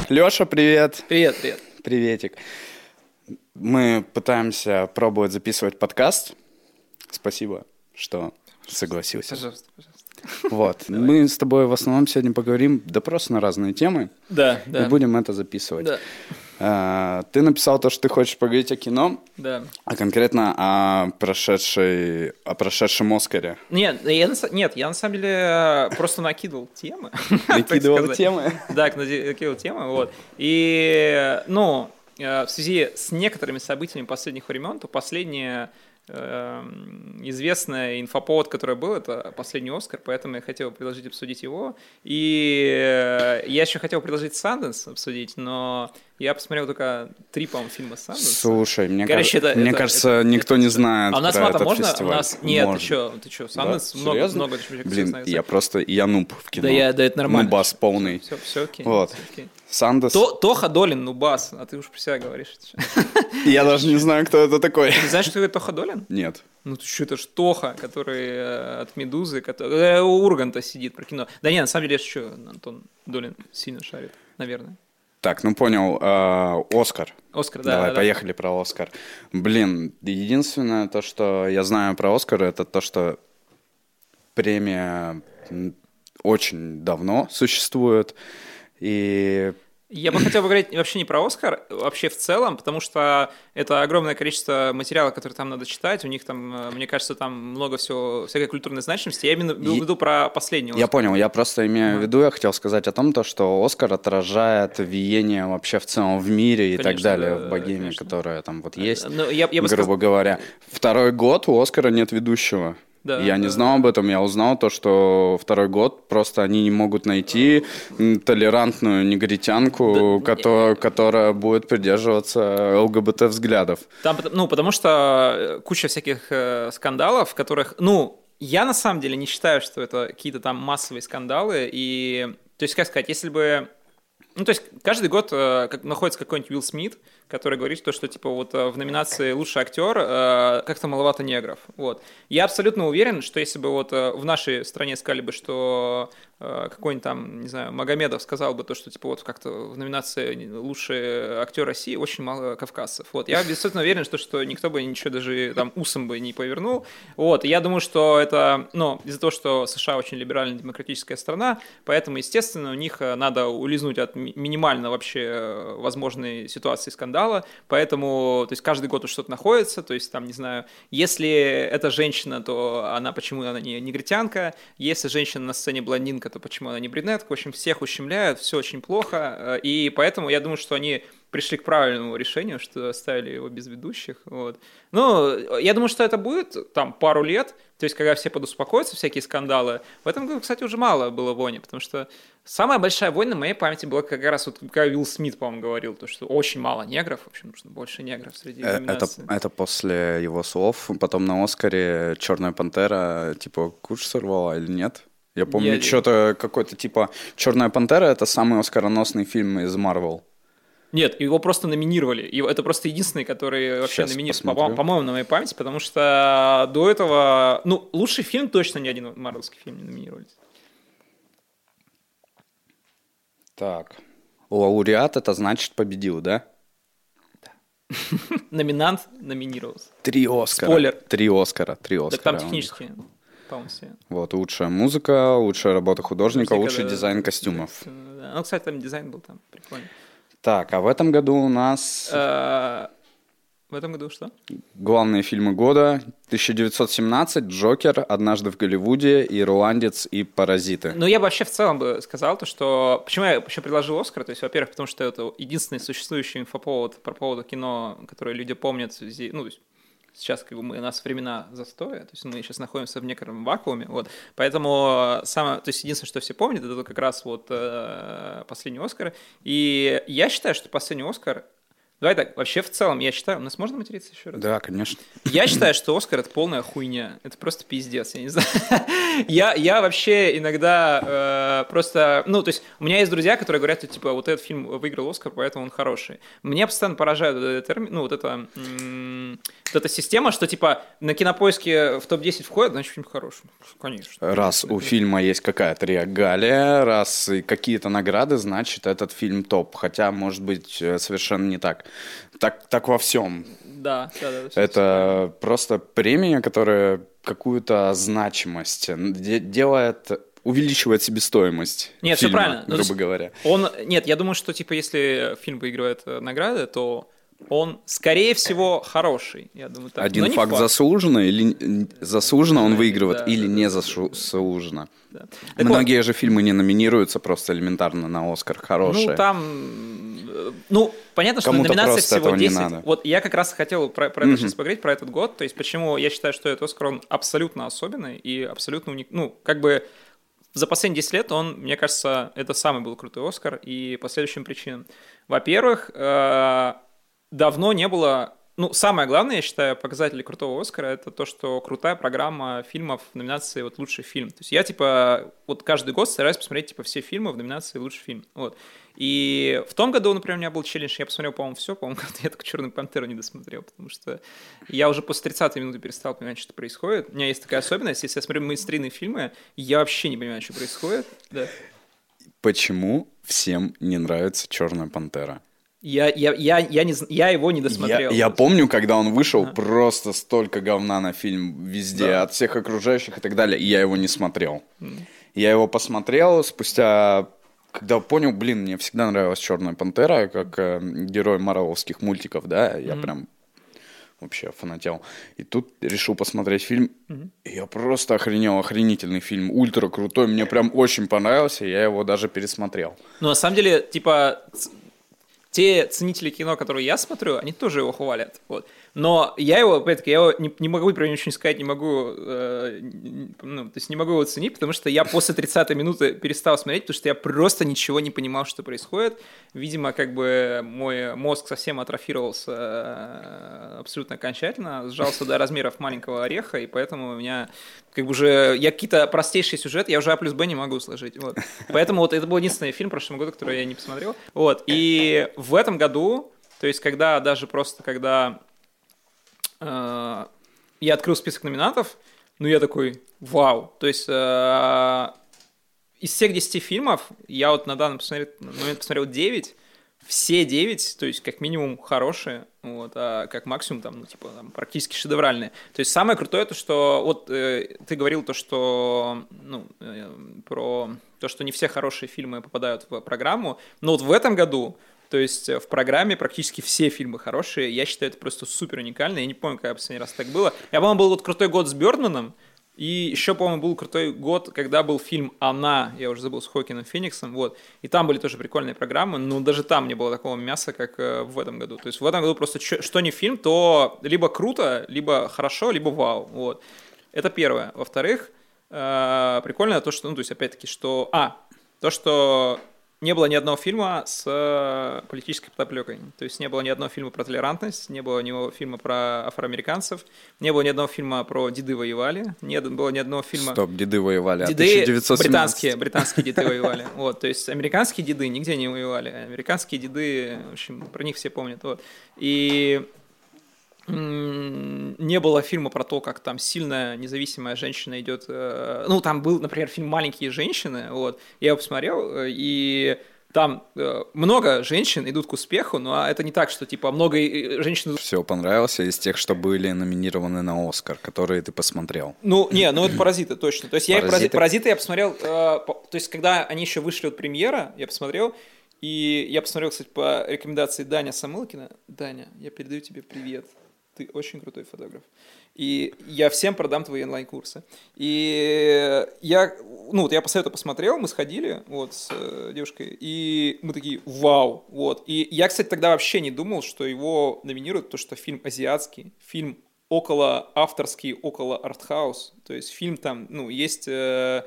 Лёша, привет. Привет, привет. Приветик. Мы пытаемся пробовать записывать подкаст. Спасибо, что согласился. Пожалуйста. Вот. Мы с тобой в основном сегодня поговорим, да просто на разные темы. Да. И будем это записывать. Да. Ты написал то, что ты хочешь поговорить о кино. Да. А конкретно о прошедшем Оскаре. Нет, я на самом деле просто накидывал темы. Накидывал темы? Да, накидывал темы, вот. И, в связи с некоторыми событиями последних времен, то последнее известный инфоповод, который был, это последний Оскар, поэтому я хотел предложить обсудить его. И я еще хотел предложить Санденс обсудить, но я посмотрел только 3, по-моему, фильма Санденс. Слушай, мне кажется, никто не знает. А у нас про мата этот можно? фестиваль. У нас нет, Можно. ты что? Санденс Да? много Серьезно? человек. Блин, я нуб в кино. Да, это нормально. Нубас полный. Все окей. Вот. Все окей. Санденс. Тоха Долин, нубас, а ты уж про себя говоришь. Я даже не знаю, кто это такой. Ты знаешь, кто это Тоха Долин? Нет. Ну ты что, это ж Тоха, который от «Медузы», который у Урганта сидит про кино. Да нет, на самом деле, что Антон Долин сильно шарит, наверное. Так, понял. Оскар. Оскар, да. Давай, да. поехали про Оскар. Блин, единственное то, что я знаю про Оскар, это то, что премия очень давно существует. И... Я бы хотел поговорить вообще не про Оскар, вообще в целом, потому что это огромное количество материала, который там надо читать, у них там, мне кажется, там много всего, всякой культурной значимости. Я именно имел в виду про последний Оскар. Я понял, я просто имею в виду, я хотел сказать о том, что Оскар отражает веяние вообще в целом в мире и конечно, так далее, да, в богеме, конечно. которая там вот есть, я бы грубо говоря. Второй год у Оскара нет ведущего. Да, я не знал об этом, я узнал то, что второй год просто они не могут найти толерантную негритянку, которая будет придерживаться ЛГБТ-взглядов. Там, потому что куча всяких скандалов, в которых, я на самом деле не считаю, что это какие-то там массовые скандалы, и, то есть, как сказать, если бы... то есть каждый год находится какой-нибудь Уилл Смит, который говорит то, что типа вот в номинации «Лучший актер» как-то маловато негров. Вот. Я абсолютно уверен, что если бы вот в нашей стране сказали бы, что какой-нибудь там, не знаю, Магомедов сказал бы то, что типа вот как-то в номинации «Лучший актер России» очень мало кавказцев. Вот. Я абсолютно уверен, что никто бы ничего даже там усом бы не повернул. Вот. И я думаю, что это, из-за того, что США очень либеральная демократическая страна, поэтому, естественно, у них надо улизнуть от минимально вообще возможной ситуации скандала. Поэтому, то есть каждый год что-то находится, то есть там, не знаю, если это женщина, то почему она не негритянка, если женщина на сцене блондинка, то почему она не брюнетка, в общем, всех ущемляют, все очень плохо, и поэтому я думаю, что они пришли к правильному решению, что оставили его без ведущих, вот. Я думаю, что это будет там пару лет, то есть когда все подуспокоятся, всякие скандалы. В этом году, кстати, уже мало было вони, потому что самая большая война в моей памяти была как раз вот, когда Уилл Смит, по-моему, говорил, то, что очень мало негров, в общем, нужно больше негров среди номинаций. Это после его слов, потом на Оскаре «Черная пантера» типа куш сорвала или нет? Я помню, что-то какой-то типа «Черная пантера» — это самый оскароносный фильм из Марвел. Нет, его просто номинировали. Это просто единственный, который вообще номинирован, по-моему, на моей памяти, потому что до этого... лучший фильм точно ни один марвелский фильм не номинировались. Так. Лауреат — это значит победил, да? Да. Номинант номинировался. 3 Оскара. Спойлер. 3 Оскара. Так там технически, по-моему, все. Вот, лучшая музыка, лучшая работа художника, лучший дизайн костюмов. Кстати, там дизайн был там прикольный. Так, а в этом году у нас... В этом году что? Главные фильмы года: 1917, «Джокер», «Однажды в Голливуде», «Ирландец» и «Паразиты». Я бы вообще в целом бы сказал то, что... Почему я еще предложил «Оскар»? То есть, во-первых, потому что это единственный существующий инфоповод по поводу кино, который люди помнят в связи... Сейчас у нас времена застоя, то есть мы сейчас находимся в некотором вакууме, вот, поэтому то есть единственное, что все помнят, это как раз вот последний Оскар, и я считаю, что последний Оскар Давай так, вообще в целом, я считаю, у нас можно материться еще раз? Да, конечно. Я считаю, что «Оскар» — это полная хуйня. Это просто пиздец, я не знаю. Я вообще иногда просто... Ну, то есть у меня есть друзья, которые говорят, что, типа, вот этот фильм выиграл «Оскар», поэтому он хороший. Меня постоянно поражает вот эта система, что, типа, на Кинопоиске в топ-10 входит, значит, фильм хороший. Конечно. Раз у фильма есть какая-то регалия, раз и какие-то награды, значит, этот фильм топ. Хотя, может быть, совершенно не так. Так во всем. Да. Это просто премия, которая какую-то значимость делает, увеличивает себестоимость фильма, все правильно. грубо говоря. Нет, я думаю, что, типа, если фильм выигрывает награды, то он, скорее всего, хороший. Я думаю, так. Один факт заслуженно или заслуженно он выигрывает, или не заслуженно. Да. Многие же фильмы не номинируются просто элементарно на «Оскар» хорошие. Понятно, что кому-то номинаций всего 10. Надо. Вот я как раз хотел про это сейчас поговорить, про этот год. То есть, почему я считаю, что этот «Оскар», он абсолютно особенный и абсолютно уникальный. За последние 10 лет он, мне кажется, это самый был крутой «Оскар», и по следующим причинам. Во-первых, давно не было... самое главное, я считаю, показатель крутого «Оскара» — это то, что крутая программа фильмов в номинации «Лучший фильм». То есть я, каждый год стараюсь посмотреть, все фильмы в номинации «Лучший фильм». Вот. И в том году, например, у меня был челлендж, я посмотрел, по-моему, все, я только «Черную пантеру» не досмотрел, потому что я уже после 30-й минуты перестал понимать, что происходит. У меня есть такая особенность, если я смотрю мейнстримные фильмы, я вообще не понимаю, что происходит. Да. Почему всем не нравится «Черная пантера»? Я его не досмотрел. Я помню, когда он вышел, просто столько говна на фильм везде, от всех окружающих и так далее, и я его не смотрел. Я его посмотрел спустя... Когда понял, мне всегда нравилась «Черная пантера», как герой марвеловских мультиков, да, я прям вообще фанател. И тут решил посмотреть фильм, и я просто охренительный фильм, ультра крутой, мне прям очень понравился, я его даже пересмотрел. На самом деле, те ценители кино, которые я смотрю, они тоже его хвалят. Вот. Но я его, опять-таки, не могу про него ничего сказать, не могу его оценить, потому что я после 30-й минуты перестал смотреть, потому что я просто ничего не понимал, что происходит. Видимо, мой мозг совсем атрофировался абсолютно окончательно, сжался до размеров маленького ореха, и поэтому у меня я какие-то простейшие сюжеты, я уже А плюс Б не могу сложить. Вот. Поэтому это был единственный фильм в прошлом году, который я не посмотрел. Вот. И в этом году, то есть когда я открыл список номинантов, я такой, вау. То есть из всех 10 фильмов я на данный момент посмотрел 9, все 9, то есть как минимум хорошие, вот, а как максимум практически шедевральные. То есть самое крутое то, что ты говорил то, что про то, что не все хорошие фильмы попадают в программу, но в этом году, то есть в программе практически все фильмы хорошие. Я считаю, это просто супер уникально. Я не помню, когда последний раз так было. По-моему, был крутой год с Бёрдманом. И еще, по-моему, был крутой год, когда был фильм «Она», я уже забыл, с Хоакином Фениксом. Вот. И там были тоже прикольные программы, но даже там не было такого мяса, как в этом году. То есть в этом году просто что ни фильм, то либо круто, либо хорошо, либо вау. Вот. Это первое. Во-вторых, прикольно то, что, опять-таки, что не было ни одного фильма с политической подоплекой. То есть не было ни одного фильма про толерантность, не было ни одного фильма про афроамериканцев, не было ни одного фильма про «Деды воевали», не было ни одного фильма... Стоп, «Деды воевали», деды 1917. Британские деды воевали. Вот, то есть американские деды нигде не воевали. Американские деды, в общем, про них все помнят. Вот. И не было фильма про то, как там сильная независимая женщина идет. Там был, например, фильм «Маленькие женщины». Вот. Я его посмотрел, и там много женщин идут к успеху, но это не так, что много женщин... Все понравился из тех, что были номинированы на «Оскар», которые ты посмотрел. Это «Паразиты», точно. То есть «Паразиты» я посмотрел, то есть когда они еще вышли от премьера, я посмотрел, и я посмотрел, кстати, по рекомендации Даня Самылкина. Даня, я передаю тебе привет. Ты очень крутой фотограф. И я всем продам твои онлайн-курсы. И я после этого посмотрел, мы сходили с девушкой, и мы такие, вау. Вот. И я, кстати, тогда вообще не думал, что его номинируют, потому что фильм азиатский, фильм около авторский, около артхаус. То есть фильм там, есть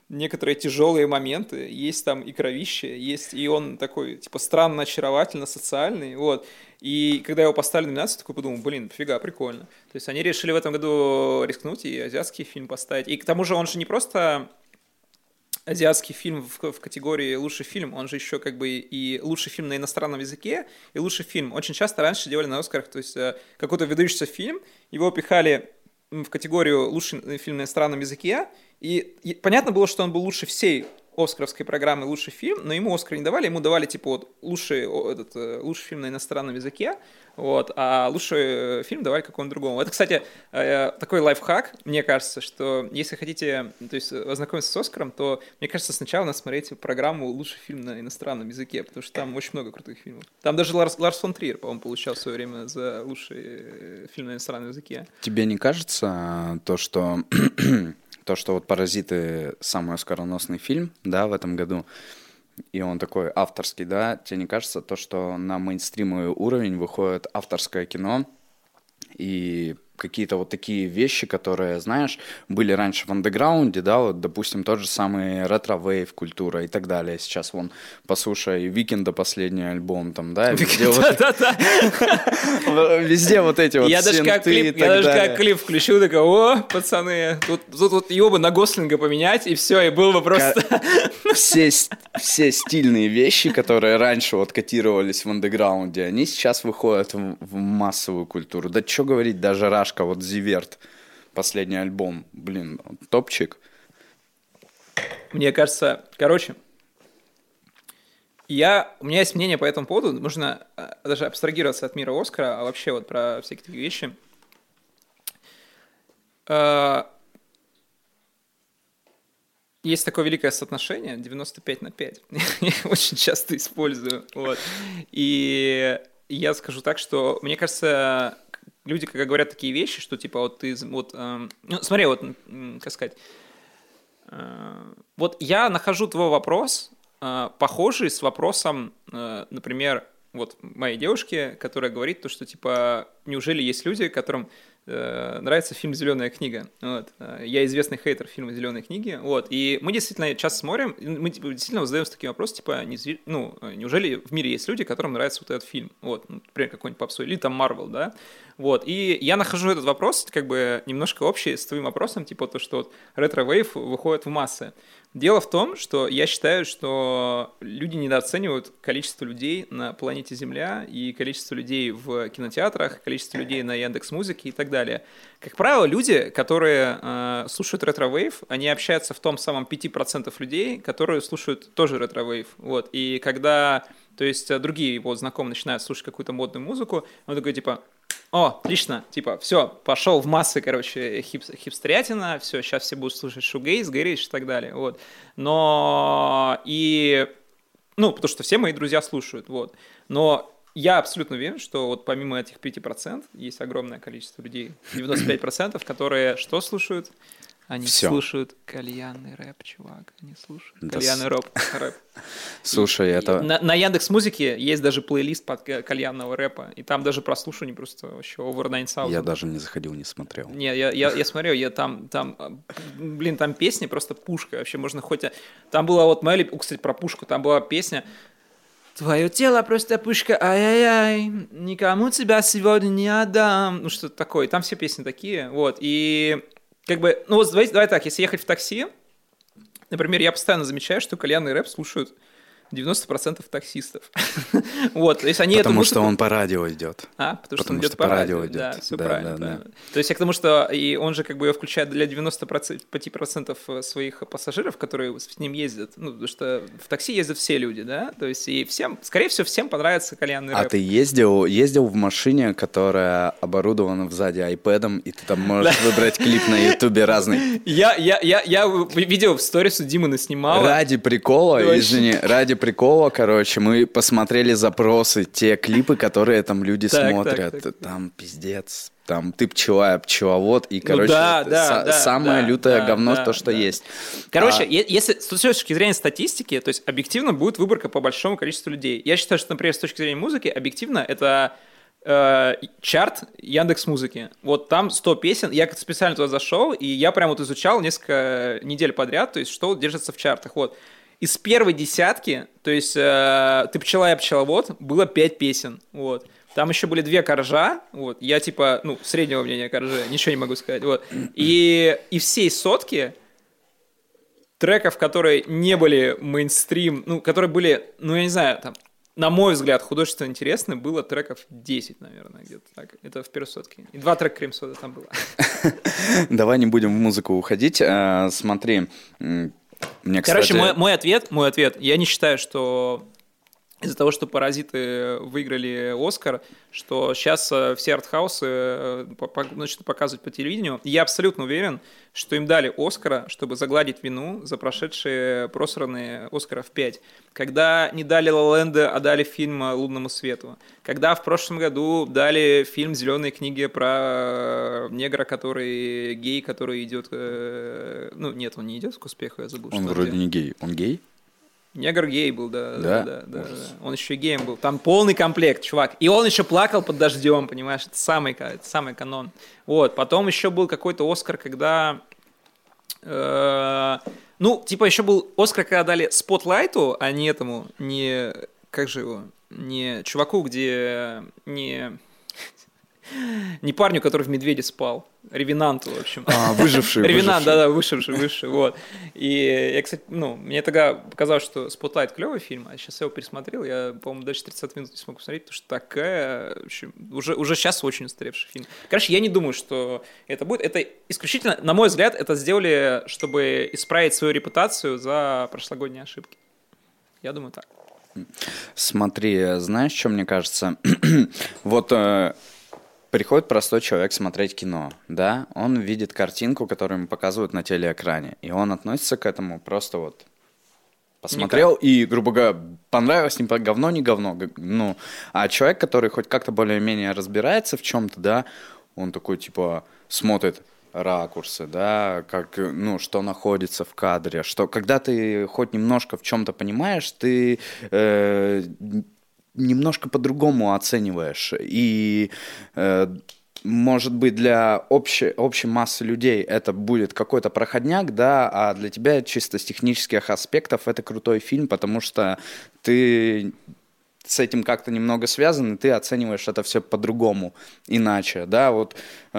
некоторые тяжелые моменты, есть там и кровище, есть и он такой, типа, странно очаровательно социальный, вот. И когда его поставили в номинацию, такой подумал, блин, пофига, прикольно. То есть они решили в этом году рискнуть и азиатский фильм поставить. И к тому же он же не просто азиатский фильм в категории лучший фильм, он же еще как бы и лучший фильм на иностранном языке, и лучший фильм. Очень часто раньше делали на Оскарах, то есть какой-то выдающийся фильм, его пихали в категорию лучший фильм на иностранном языке, и понятно было, что он был лучше всей оскаровской программы «Лучший фильм», но ему Оскар не давали, ему давали типа вот лучший фильм на иностранном языке, вот, а лучший фильм давали какому-то другому. Это, кстати, такой лайфхак, мне кажется, что если хотите, то есть ознакомиться с Оскаром, то, мне кажется, сначала надо смотреть программу «Лучший фильм на иностранном языке», потому что там очень много крутых фильмов. Там даже Ларс фон Триер, по-моему, получал в свое время за лучший фильм на иностранном языке. Тебе не кажется то, что вот «Паразиты» — самый оскароносный фильм, да, в этом году, и он такой авторский, да, тебе не кажется то, что на мейнстримовый уровень выходит авторское кино, и какие-то вот такие вещи, которые, знаешь, были раньше в андеграунде, да, вот, допустим, тот же самый ретро-вейв культура и так далее. Сейчас вон, послушай, Викинда последний альбом, там, да, везде вот эти вот синты и так далее. Я даже как клип включил, такой, о, пацаны, тут его бы на Гослинга поменять, и все, и был бы просто... Все стильные вещи, которые раньше вот котировались в андеграунде, они сейчас выходят в массовую культуру. Да что говорить, даже Рашка, вот Зиверт, последний альбом, блин, топчик. Мне кажется, короче, у меня есть мнение по этому поводу, нужно даже абстрагироваться от мира Оскара, а вообще вот про всякие такие вещи. Есть такое великое соотношение 95/5. Я очень часто использую. Вот. И я скажу так, что мне кажется, люди, когда говорят такие вещи, что типа вот ты вот, ну смотри, вот как сказать, вот я нахожу твой вопрос похожий с вопросом, например, вот моей девушки, которая говорит то, что типа неужели есть люди, которым нравится фильм «Зеленая книга». Вот. Я известный хейтер фильма «Зеленые книги». Вот. И мы действительно часто смотрим, мы действительно задаемся таким вопросом, типа, неужели в мире есть люди, которым нравится вот этот фильм? Вот. Например, какой-нибудь попсой. Или там Марвел, да? Вот. И я нахожу этот вопрос как бы немножко общий с твоим вопросом, типа то, что вот ретро-вейв выходит в массы. Дело в том, что я считаю, что люди недооценивают количество людей на планете Земля и количество людей в кинотеатрах, количество людей на Яндекс.Музыке и так далее. Как правило, люди, которые слушают ретро-вейв, они общаются в том самом 5% людей, которые слушают тоже ретро-вейв. Вот. И когда, то есть, другие его знакомые начинают слушать какую-то модную музыку, он такой, типа... О, отлично, типа, все, пошел в массы, короче, хипстерятина, все, сейчас все будут слушать шугейз, гэридж и так далее, вот. Но потому что все мои друзья слушают, вот. Но я абсолютно уверен, что вот помимо этих 5% есть огромное количество людей, 95%, которые что слушают? Они слушают кальянный рэп, чувак. Они слушают кальянный рэп. Слушай, это... На Яндекс.Музыке есть даже плейлист под кальянного рэпа, и там даже прослушивание просто вообще over 9000. Я даже не заходил, не смотрел. Не, я смотрел, там песни просто пушка. Вообще можно хоть... Там была вот моя... Кстати, про пушку. Там была песня «Твое тело просто пушка, ай-яй-яй, никому тебя сегодня не отдам». Ну, что-то такое. Там все песни такие, вот. И... Как бы, ну вот давай так, если ехать в такси, например, я постоянно замечаю, что кальянный рэп слушают 90% таксистов. Вот, то есть они потому что он по радио идет. Потому что он идет по радио. Да, все правильно. То есть я к тому, что и он же как бы включает для 95% своих пассажиров, которые с ним ездят. Ну, потому что в такси ездят все люди, да? То есть и всем, скорее всего, всем понравится кальянный рэп. А ты ездил в машине, которая оборудована сзади айпэдом, и ты там можешь выбрать клип на ютубе разный? Я видел в сторис у Димы наснимала. Ради прикола, прикола, короче, мы посмотрели запросы, те клипы, которые там люди смотрят. Там пиздец. Там ты пчела, я пчеловод, и, короче, самое лютое говно, то, что есть. Короче, если с точки зрения статистики, то есть объективно будет выборка по большому количеству людей. Я считаю, что, например, с точки зрения музыки, объективно это чарт Яндекс.Музыки. Вот там 100 песен. Я специально туда зашел, и я прям вот изучал несколько недель подряд, то есть что держится в чартах. Вот. Из первой десятки, то есть «Ты пчела, я пчеловод», было 5 песен. Вот. Там еще были 2 коржа. Вот. Я типа, среднего мнения коржа, ничего не могу сказать. Вот. И всей сотки треков, которые не были мейнстрим, которые были, я не знаю, там, на мой взгляд, художественно интересны, было треков 10, наверное, где-то так. Это в первой сотке. И 2 трека крем-сода там было. Давай не будем в музыку уходить. Смотри, мне, кстати... Короче, мой ответ. Я не считаю, что из-за того, что «Паразиты» выиграли «Оскар», что сейчас все артхаусы начнут показывать по телевидению. И я абсолютно уверен, что им дали «Оскара», чтобы загладить вину за прошедшие просранные «Оскаров 5». Когда не дали «Ла Ленда», а дали фильм «Лунному свету». Когда в прошлом году дали фильм «Зеленые книги» про негра, который гей, который идет... нет, он не идет к успеху, я забыл. Он вроде не гей. Он гей? Негр гей был, да. Он еще геем был. Там полный комплект, чувак. И он еще плакал под дождем, понимаешь? Это самый канон. Вот. Потом еще был какой-то Оскар, когда... еще был Оскар, когда дали Спотлайту, а не этому, как же его? Не чуваку, где... Не парню, который в «Медведе» спал. Ревенанту, в общем. Выживший. Ревенант, да, выживший, вот. И я, кстати, мне тогда показалось, что «Спотлайт» клевый фильм, а сейчас я его пересмотрел, я, по-моему, дальше 30 минут не смог посмотреть, потому что такая, в общем, уже сейчас очень устаревший фильм. Короче, я не думаю, что это будет. Это исключительно, на мой взгляд, это сделали, чтобы исправить свою репутацию за прошлогодние ошибки. Я думаю, так. Смотри, знаешь, что мне кажется? Вот... Приходит простой человек смотреть кино, да, он видит картинку, которую ему показывают на телеэкране, и он относится к этому просто вот посмотрел и, грубо говоря, понравилось, не говно, не говно, а человек, который хоть как-то более-менее разбирается в чем-то, да, он такой, типа, смотрит ракурсы, да, как, что находится в кадре, что когда ты хоть немножко в чем-то понимаешь, ты... немножко по-другому оцениваешь. И, может быть, для общей массы людей это будет какой-то проходняк, да, а для тебя чисто с технических аспектов это крутой фильм, потому что ты с этим как-то немного связан, и ты оцениваешь это все по-другому, иначе, да, вот...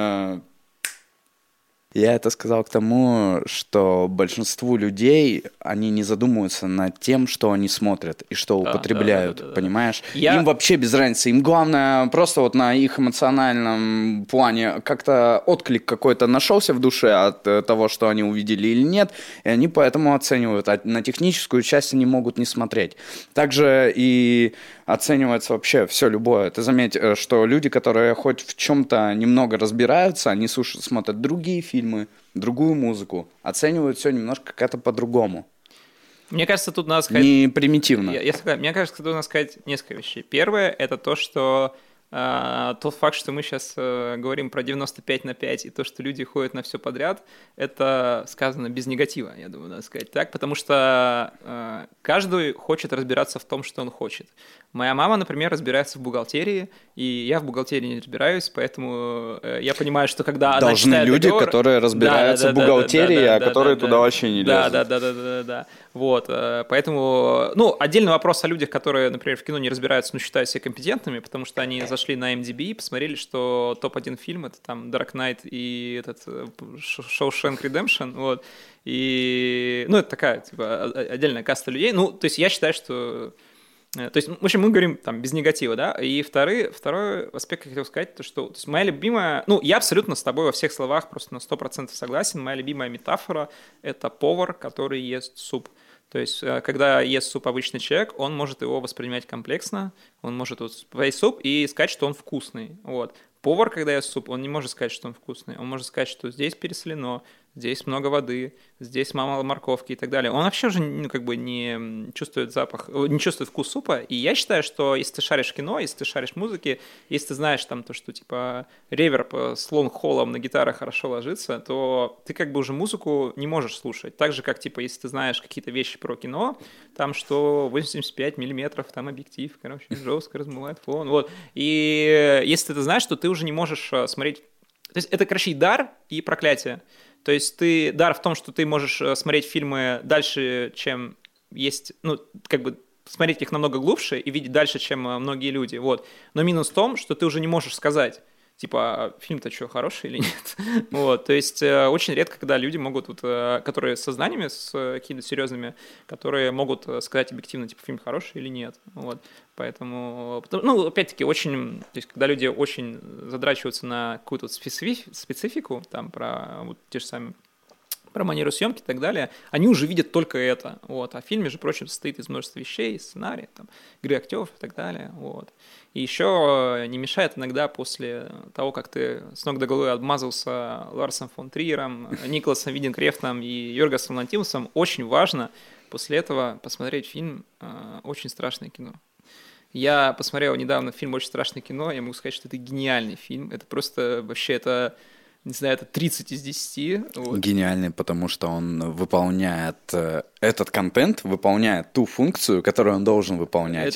Я это сказал к тому, что большинству людей, они не задумываются над тем, что они смотрят и что употребляют, понимаешь? Им вообще без разницы, им главное просто вот на их эмоциональном плане как-то отклик какой-то нашелся в душе от того, что они увидели или нет, и они поэтому оценивают, а на техническую часть они могут не смотреть. Также и оценивается вообще все любое. Ты заметь, что люди, которые хоть в чем-то немного разбираются, они смотрят другие фильмы, другую музыку, оценивают все немножко как-то по-другому. Мне кажется, тут надо сказать... Не примитивно. Мне кажется, тут надо сказать несколько вещей. Первое — это то, что тот факт, что мы сейчас говорим про 95/5 и то, что люди ходят на все подряд, это сказано без негатива, я думаю, надо сказать так, потому что каждый хочет разбираться в том, что он хочет. Моя мама, например, разбирается в бухгалтерии, и я в бухгалтерии не разбираюсь, поэтому я понимаю, что когда она должны читает люди, договор... которые разбираются в бухгалтерии, а которые туда вообще не лезут. Да. Вот, поэтому, отдельный вопрос о людях, которые, например, в кино не разбираются, но считают себя компетентными, потому что они зашли на IMDb и посмотрели, что топ-1 фильм — это там Dark Knight и этот Shawshank Redemption, вот, и, это такая, типа, отдельная каста людей, то есть я считаю, что... То есть, в общем, мы говорим там без негатива, да, и второй аспект, как я хотел сказать, то что то есть моя любимая, я абсолютно с тобой во всех словах просто на 100% согласен, моя любимая метафора — это повар, который ест суп. То есть, когда ест суп обычный человек, он может его воспринимать комплексно, он может поесть суп и сказать, что он вкусный, вот. Повар, когда ест суп, он не может сказать, что он вкусный, он может сказать, что здесь пересолено, здесь много воды, здесь мало морковки и так далее. Он вообще уже не чувствует запах, не чувствует вкус супа. И я считаю, что если ты шаришь кино, если ты шаришь музыки, если ты знаешь там то, что типа реверб с лонг-холлом на гитарах хорошо ложится, то ты как бы уже музыку не можешь слушать. Так же, как типа если ты знаешь какие-то вещи про кино, там что 85 миллиметров, там объектив, короче, жестко размывает фон. Вот. И если ты знаешь, что ты уже не можешь смотреть. То есть это, короче, и дар, и проклятие. То есть дар в том, что ты можешь смотреть фильмы дальше, чем есть, как бы смотреть их намного глубже и видеть дальше, чем многие люди, вот. Но минус в том, что ты уже не можешь сказать, типа, а фильм-то что, хороший или нет? Вот, то есть очень редко, когда люди могут, которые со знаниями, с какими-то серьезными, которые могут сказать объективно, типа, фильм хороший или нет, вот. Поэтому, опять-таки, очень, то есть, когда люди очень задрачиваются на какую-то специфику, там, про вот те же самые, про манеру съемки и так далее, они уже видят только это, вот, а фильм, между прочим, состоит из множества вещей, сценария, там, игры актеров и так далее, вот. И еще не мешает иногда после того, как ты с ног до головы обмазался Ларсом фон Триером, Николасом Виндинг-Рефном и Йоргасом Лантимусом, очень важно после этого посмотреть фильм «Очень страшное кино». Я посмотрел недавно фильм «Очень страшное кино», я могу сказать, что это гениальный фильм, это просто вообще, это... Не знаю, это 30 из 10. Вот. Гениальный, потому что он выполняет этот контент, выполняет ту функцию, которую он должен выполнять.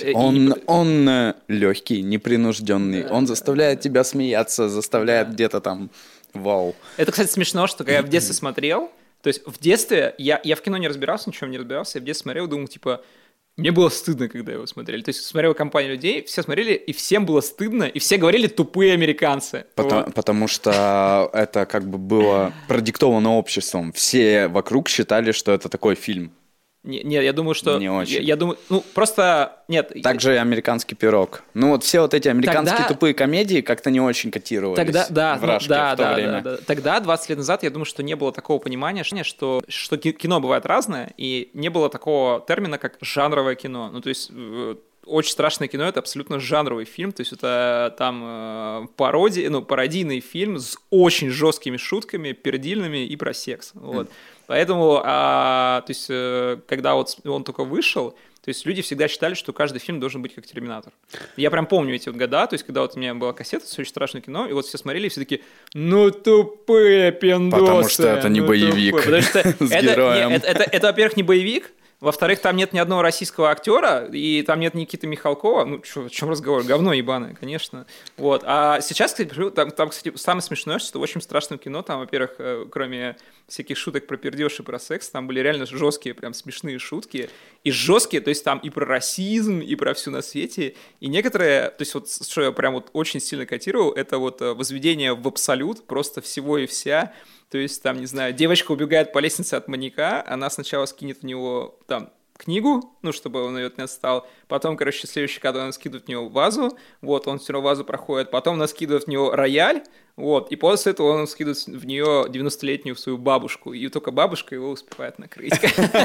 Он легкий, непринужденный, он заставляет тебя смеяться, заставляет где-то там вау. Это, кстати, смешно, что когда я в детстве смотрел, то есть в детстве я в кино не разбирался, ничего не разбирался, я в детстве смотрел и думал, типа, мне было стыдно, когда его смотрели. То есть смотрел компанию людей, все смотрели, и всем было стыдно, и все говорили «тупые американцы». Потому что это как бы было продиктовано обществом. Все вокруг считали, что это такой фильм. Нет, я думаю, что... Не очень. Я думаю, просто... Нет. Также и «Американский пирог». Ну вот все вот эти американские тупые комедии как-то не очень котировались в Рашке в то время. Да. Тогда, 20 лет назад, я думаю, что не было такого понимания, что кино бывает разное, и не было такого термина, как жанровое кино. Ну, то есть... «Очень страшное кино» — это абсолютно жанровый фильм, то есть это там пародийный фильм с очень жесткими шутками, пердильными и про секс, вот. Поэтому, то есть, когда вот он только вышел, то есть люди всегда считали, что каждый фильм должен быть как «Терминатор». Я прям помню эти вот года, то есть когда вот у меня была кассета с «Очень страшное кино», и вот все смотрели, и все такие, ну тупые пиндосы. Потому что это не боевик с героем. Это, во-первых, не боевик, во-вторых, там нет ни одного российского актера, и там нет Никиты Михалкова. Ну, о чем разговор? Говно ебаное, конечно. Вот. А сейчас, кстати, кстати, самое смешное, что в «Очень страшном кино», там, во-первых, кроме всяких шуток про пердеж и про секс, там были реально жесткие, прям смешные шутки. И жесткие, то есть там и про расизм, и про все на свете. И некоторые, то есть вот, что я прям вот очень сильно котировал, это вот возведение в абсолют просто всего и вся. То есть, там, не знаю, девочка убегает по лестнице от маньяка, она сначала скинет в него, там, книгу, ну, чтобы он ее не отстал, потом, короче, следующий кадр она скидывает в него вазу, вот, он все равно вазу проходит, потом она скидывает в него рояль, вот, и после этого он скидывает в нее 90-летнюю свою бабушку, и только бабушка его успевает накрыть.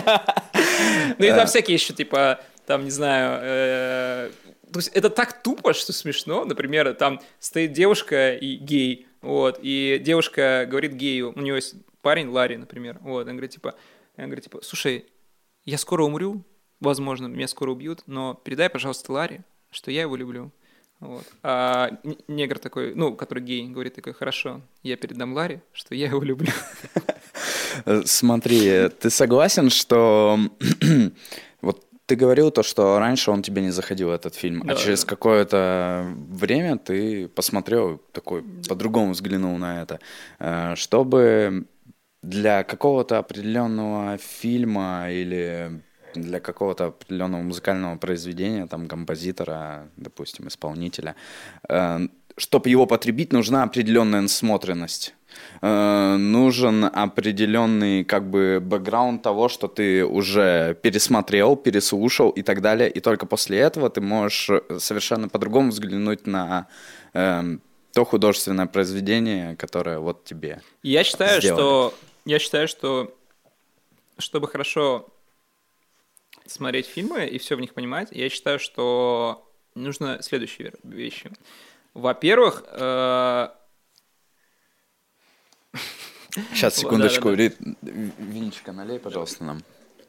Ну, и там всякие еще, типа, там, не знаю, то есть это так тупо, что смешно, например, там стоит девушка и гей, вот, и девушка говорит гею, у него есть парень, Ларри, например, вот, он говорит, типа, слушай, я скоро умру, возможно, меня скоро убьют, но передай, пожалуйста, Ларри, что я его люблю, вот. А негр такой, ну, который гей, говорит такой, хорошо, я передам Ларри, что я его люблю. Смотри, ты согласен, что вот ты говорил то, что раньше он тебе не заходил, этот фильм, а через какое-то время ты посмотрел, такой по-другому взглянул на это, чтобы для какого-то определенного фильма или для какого-то определенного музыкального произведения, там, композитора, допустим, исполнителя, чтобы его потребить, нужна определенная насмотренность. Нужен определенный как бы бэкграунд того, что ты уже пересмотрел, переслушал и так далее, и только после этого ты можешь совершенно по-другому взглянуть на то художественное произведение, которое вот тебе сделали. Я считаю, что чтобы хорошо смотреть фильмы и все в них понимать, я считаю, что нужно следующие вещи. Во-первых, Сейчас, секундочку. Винчика налей, пожалуйста, нам.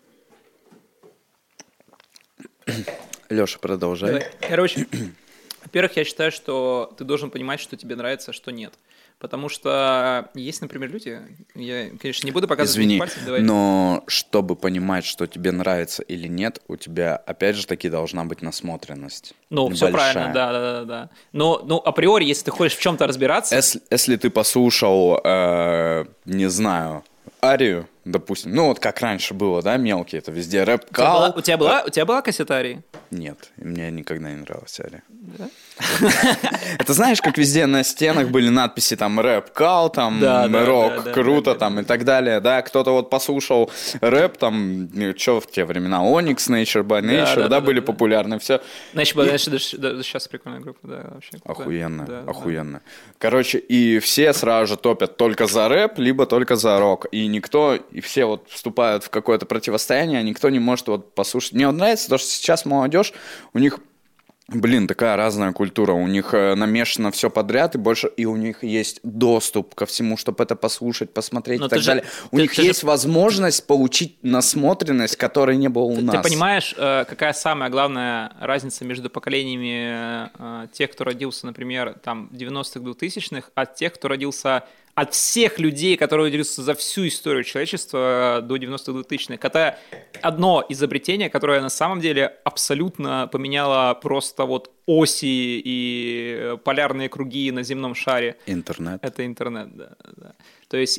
Леша, продолжай. Давай. Короче, во-первых, я считаю, что ты должен понимать, что тебе нравится, а что нет. Потому что есть, например, люди, я, конечно, не буду показывать пальцы. Давай. Но чтобы понимать, что тебе нравится или нет, у тебя, опять же таки, должна быть насмотренность. Ну, все правильно, да. Но априори, если ты хочешь в чем-то разбираться... Если ты послушал, не знаю, Арию, допустим, ну вот как раньше было, да, мелкие, это везде рэп-кал. У тебя была кассета Арии? Нет, мне никогда не нравилась Ария. Да? Это знаешь, как везде на стенах были надписи там рэп-кал, там рок, круто, там и так далее, да, кто-то вот послушал рэп, там, что в те времена, Onyx, Nature by Nature, да, были популярны, все. Nature by Nature, сейчас прикольная группа, да, вообще. Охуенно. Короче, и все сразу же топят только за рэп, либо только за рок, и все вот вступают в какое-то противостояние, а никто не может вот послушать. Мне вот нравится то, что сейчас молодежь, у них... такая разная культура, у них намешано все подряд, и у них есть доступ ко всему, чтобы это послушать, посмотреть и так далее. У них есть возможность получить насмотренность, которой не было у нас. Ты понимаешь, какая самая главная разница между поколениями тех, кто родился, например, там, в 90-х, 2000-х, от тех, кто родился... От всех людей, которые родились за всю историю человечества до 90-х, 2000-х. Это одно изобретение, которое на самом деле абсолютно поменяло просто вот оси и полярные круги на земном шаре. Интернет. Это интернет, да. То есть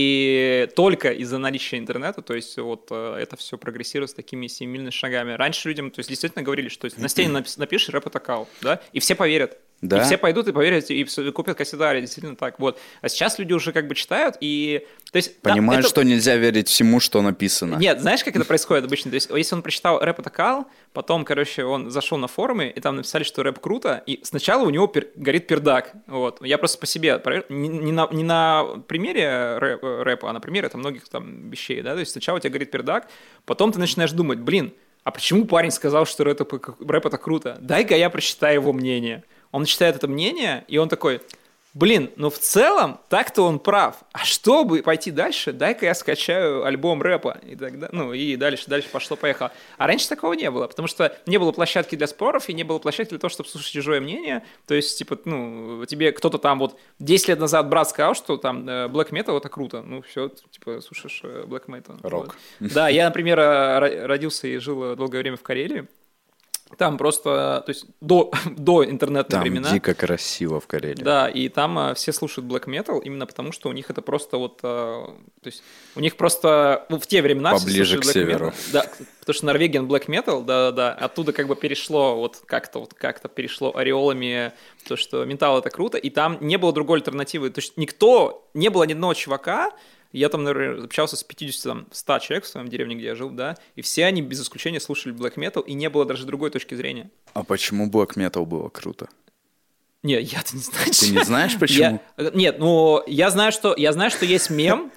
и только из-за наличия интернета, то есть вот это все прогрессирует с такими семимильными шагами. Раньше людям, то есть действительно говорили, что на стене напишешь рэп это кал, да, и все поверят. Да. И все пойдут и поверят, и купят кассету Арии, действительно так. Вот. А сейчас люди уже как бы читают и... То есть, понимают, что нельзя верить всему, что написано. Нет, знаешь, как это происходит обычно? То есть, если он прочитал рэп это кал, потом, короче, он зашел на форумы, и там написали, что рэп круто, и сначала у него горит пердак. Вот. Я просто по себе проверил, не на примере рэпа, а на примере там многих там вещей, да, то есть сначала у тебя горит пердак, потом ты начинаешь думать, а почему парень сказал, что рэп это круто? Дай-ка я прочитаю его мнение. Он читает это мнение, и он такой, в целом так-то он прав. А чтобы пойти дальше, дай-ка я скачаю альбом рэпа. И тогда, и дальше пошло-поехало. А раньше такого не было, потому что не было площадки для споров, и не было площадки для того, чтобы слушать чужое мнение. То есть, тебе кто-то там вот 10 лет назад брат сказал, что там black metal это круто. Все, слушаешь black metal. Рок. Вот. Да, я, например, родился и жил долгое время в Карелии. Там просто, то есть до интернетных времена. Там дико красиво в Карелии. Да, и там все слушают black metal именно потому, что у них это просто вот, то есть у них просто в те времена поближе к северу. Да, потому что Norwegian black metal, да, оттуда как бы перешло вот как-то перешло ореолами то, что металл это круто, и там не было другой альтернативы, то есть не было ни одного чувака. Я там, наверное, общался с 50-100 человек в своем деревне, где я жил, да, и все они без исключения слушали black metal, и не было даже другой точки зрения. А почему black metal было круто? Нет, я-то не знаю. Ты не знаешь, почему? Я знаю, что есть мем,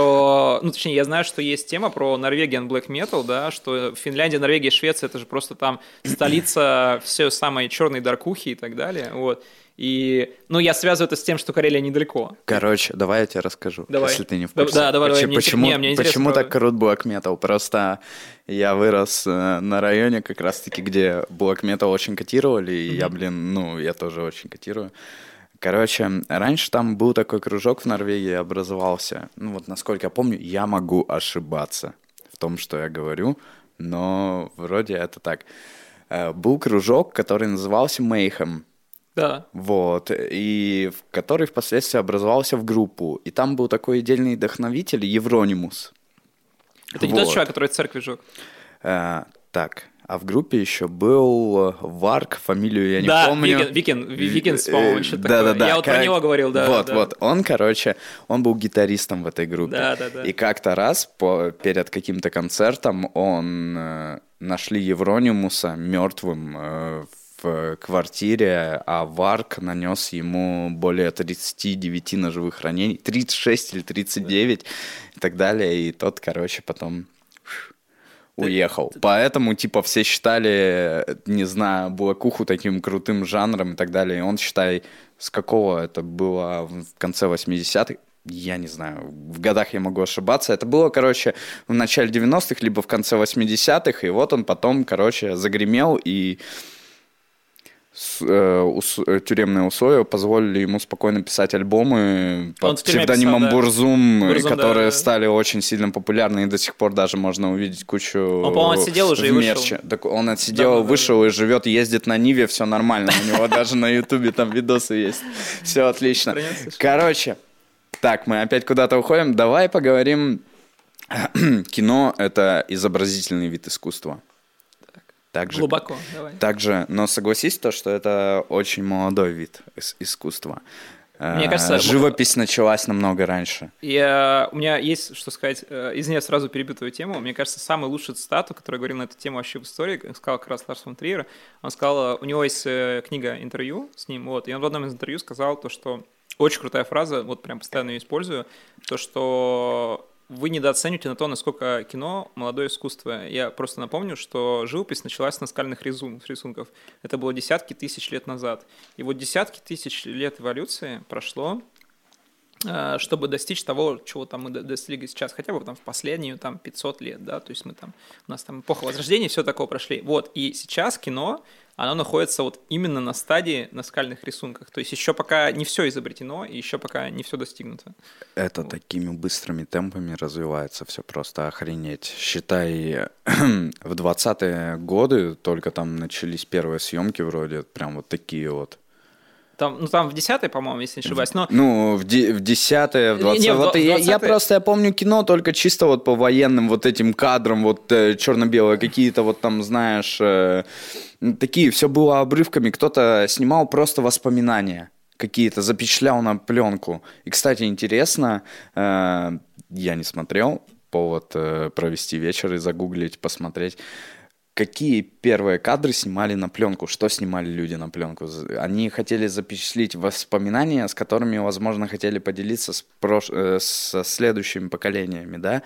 я знаю, что есть тема про Norwegian black metal, да, что Финляндия, Норвегия, Швеция, это же просто там столица все самой черной даркухи и так далее, вот. И, я связываю это с тем, что Карелия недалеко. Короче, давай я тебе расскажу, если ты не в курсе. Да, давай. Почему так крут black metal? Просто я вырос на районе как раз-таки, где black metal очень котировали, и я тоже очень котирую. Короче, раньше там был такой кружок в Норвегии, образовался. Насколько я помню, я могу ошибаться в том, что я говорю, но вроде это так. Был кружок, который назывался Mayhem. Да. Вот, и который впоследствии образовался в группу. И там был такой отдельный вдохновитель Евронимус. Это не тот чувак, который в церкви жег? Так, а в группе еще был Варк, фамилию я не помню. Да, Викинс, по-моему, что-то такое. Да. Я вот про него говорил, да. Вот, он был гитаристом в этой группе. Да. И как-то раз перед каким-то концертом нашли Евронимуса мертвым в квартире, а Варк нанес ему более 39 ножевых ранений, 36 или 39 и так далее, и тот, потом уехал. Поэтому, все считали, не знаю, блэкуху таким крутым жанром и так далее, и он, считай, с какого это было в конце 80-х, я не знаю, в годах я могу ошибаться. Это было, короче, в начале 90-х, либо в конце 80-х, и вот он потом, короче, загремел, и тюремные условия позволили ему спокойно писать альбомы под псевдонимом писал, да. Бурзум, которые стали очень сильно популярны, и до сих пор даже можно увидеть кучу он, по-моему, отсидел уже и вышел. Так он отсидел, вышел и живет, ездит на Ниве, все нормально. У него даже на Ютубе там видосы есть. Все отлично. Короче, так, мы опять куда-то уходим. Давай поговорим. Кино — это изобразительный вид искусства. Также, глубоко, давай. Также, но согласись, что это очень молодой вид искусства. Мне кажется, живопись началась намного раньше. У меня есть, что сказать, из нее сразу перебью твою тему. Мне кажется, самый лучший цитату, который говорил на эту тему вообще в истории, сказал как раз Ларс фон Триер. Он сказал, у него есть книга интервью с ним, вот, и он в одном из интервью сказал то, что очень крутая фраза, вот прям постоянно ее использую, то, что вы недооцениваете на то, насколько кино — молодое искусство. Я просто напомню, что живопись началась с наскальных рисунков. Это было десятки тысяч лет назад. И вот десятки тысяч лет эволюции прошло, чтобы достичь того, чего там мы достигли сейчас, хотя бы там в последние там 500 лет, да, то есть у нас там эпоха Возрождения, все такое прошли. Вот, и сейчас кино, оно находится вот именно на стадии наскальных рисунков, то есть еще пока не все изобретено, и еще пока не все достигнуто. Это вот. Такими быстрыми темпами развивается все просто охренеть. Считай, в 20-е годы только там начались первые съемки вроде, прям вот такие вот. Там в 10-й, по-моему, если не ошибаюсь. Но... в 10-е, в 20-е. Вот я помню кино только чисто вот по военным вот этим кадрам, вот черно-белые какие-то вот там, знаешь, такие, все было обрывками. Кто-то снимал просто воспоминания какие-то, запечатлял на пленку. И, кстати, интересно, я не смотрел, повод провести вечер и загуглить, посмотреть. Какие первые кадры снимали на пленку? Что снимали люди на пленку? Они хотели запечатлеть воспоминания, с которыми, возможно, хотели поделиться со следующими поколениями, да?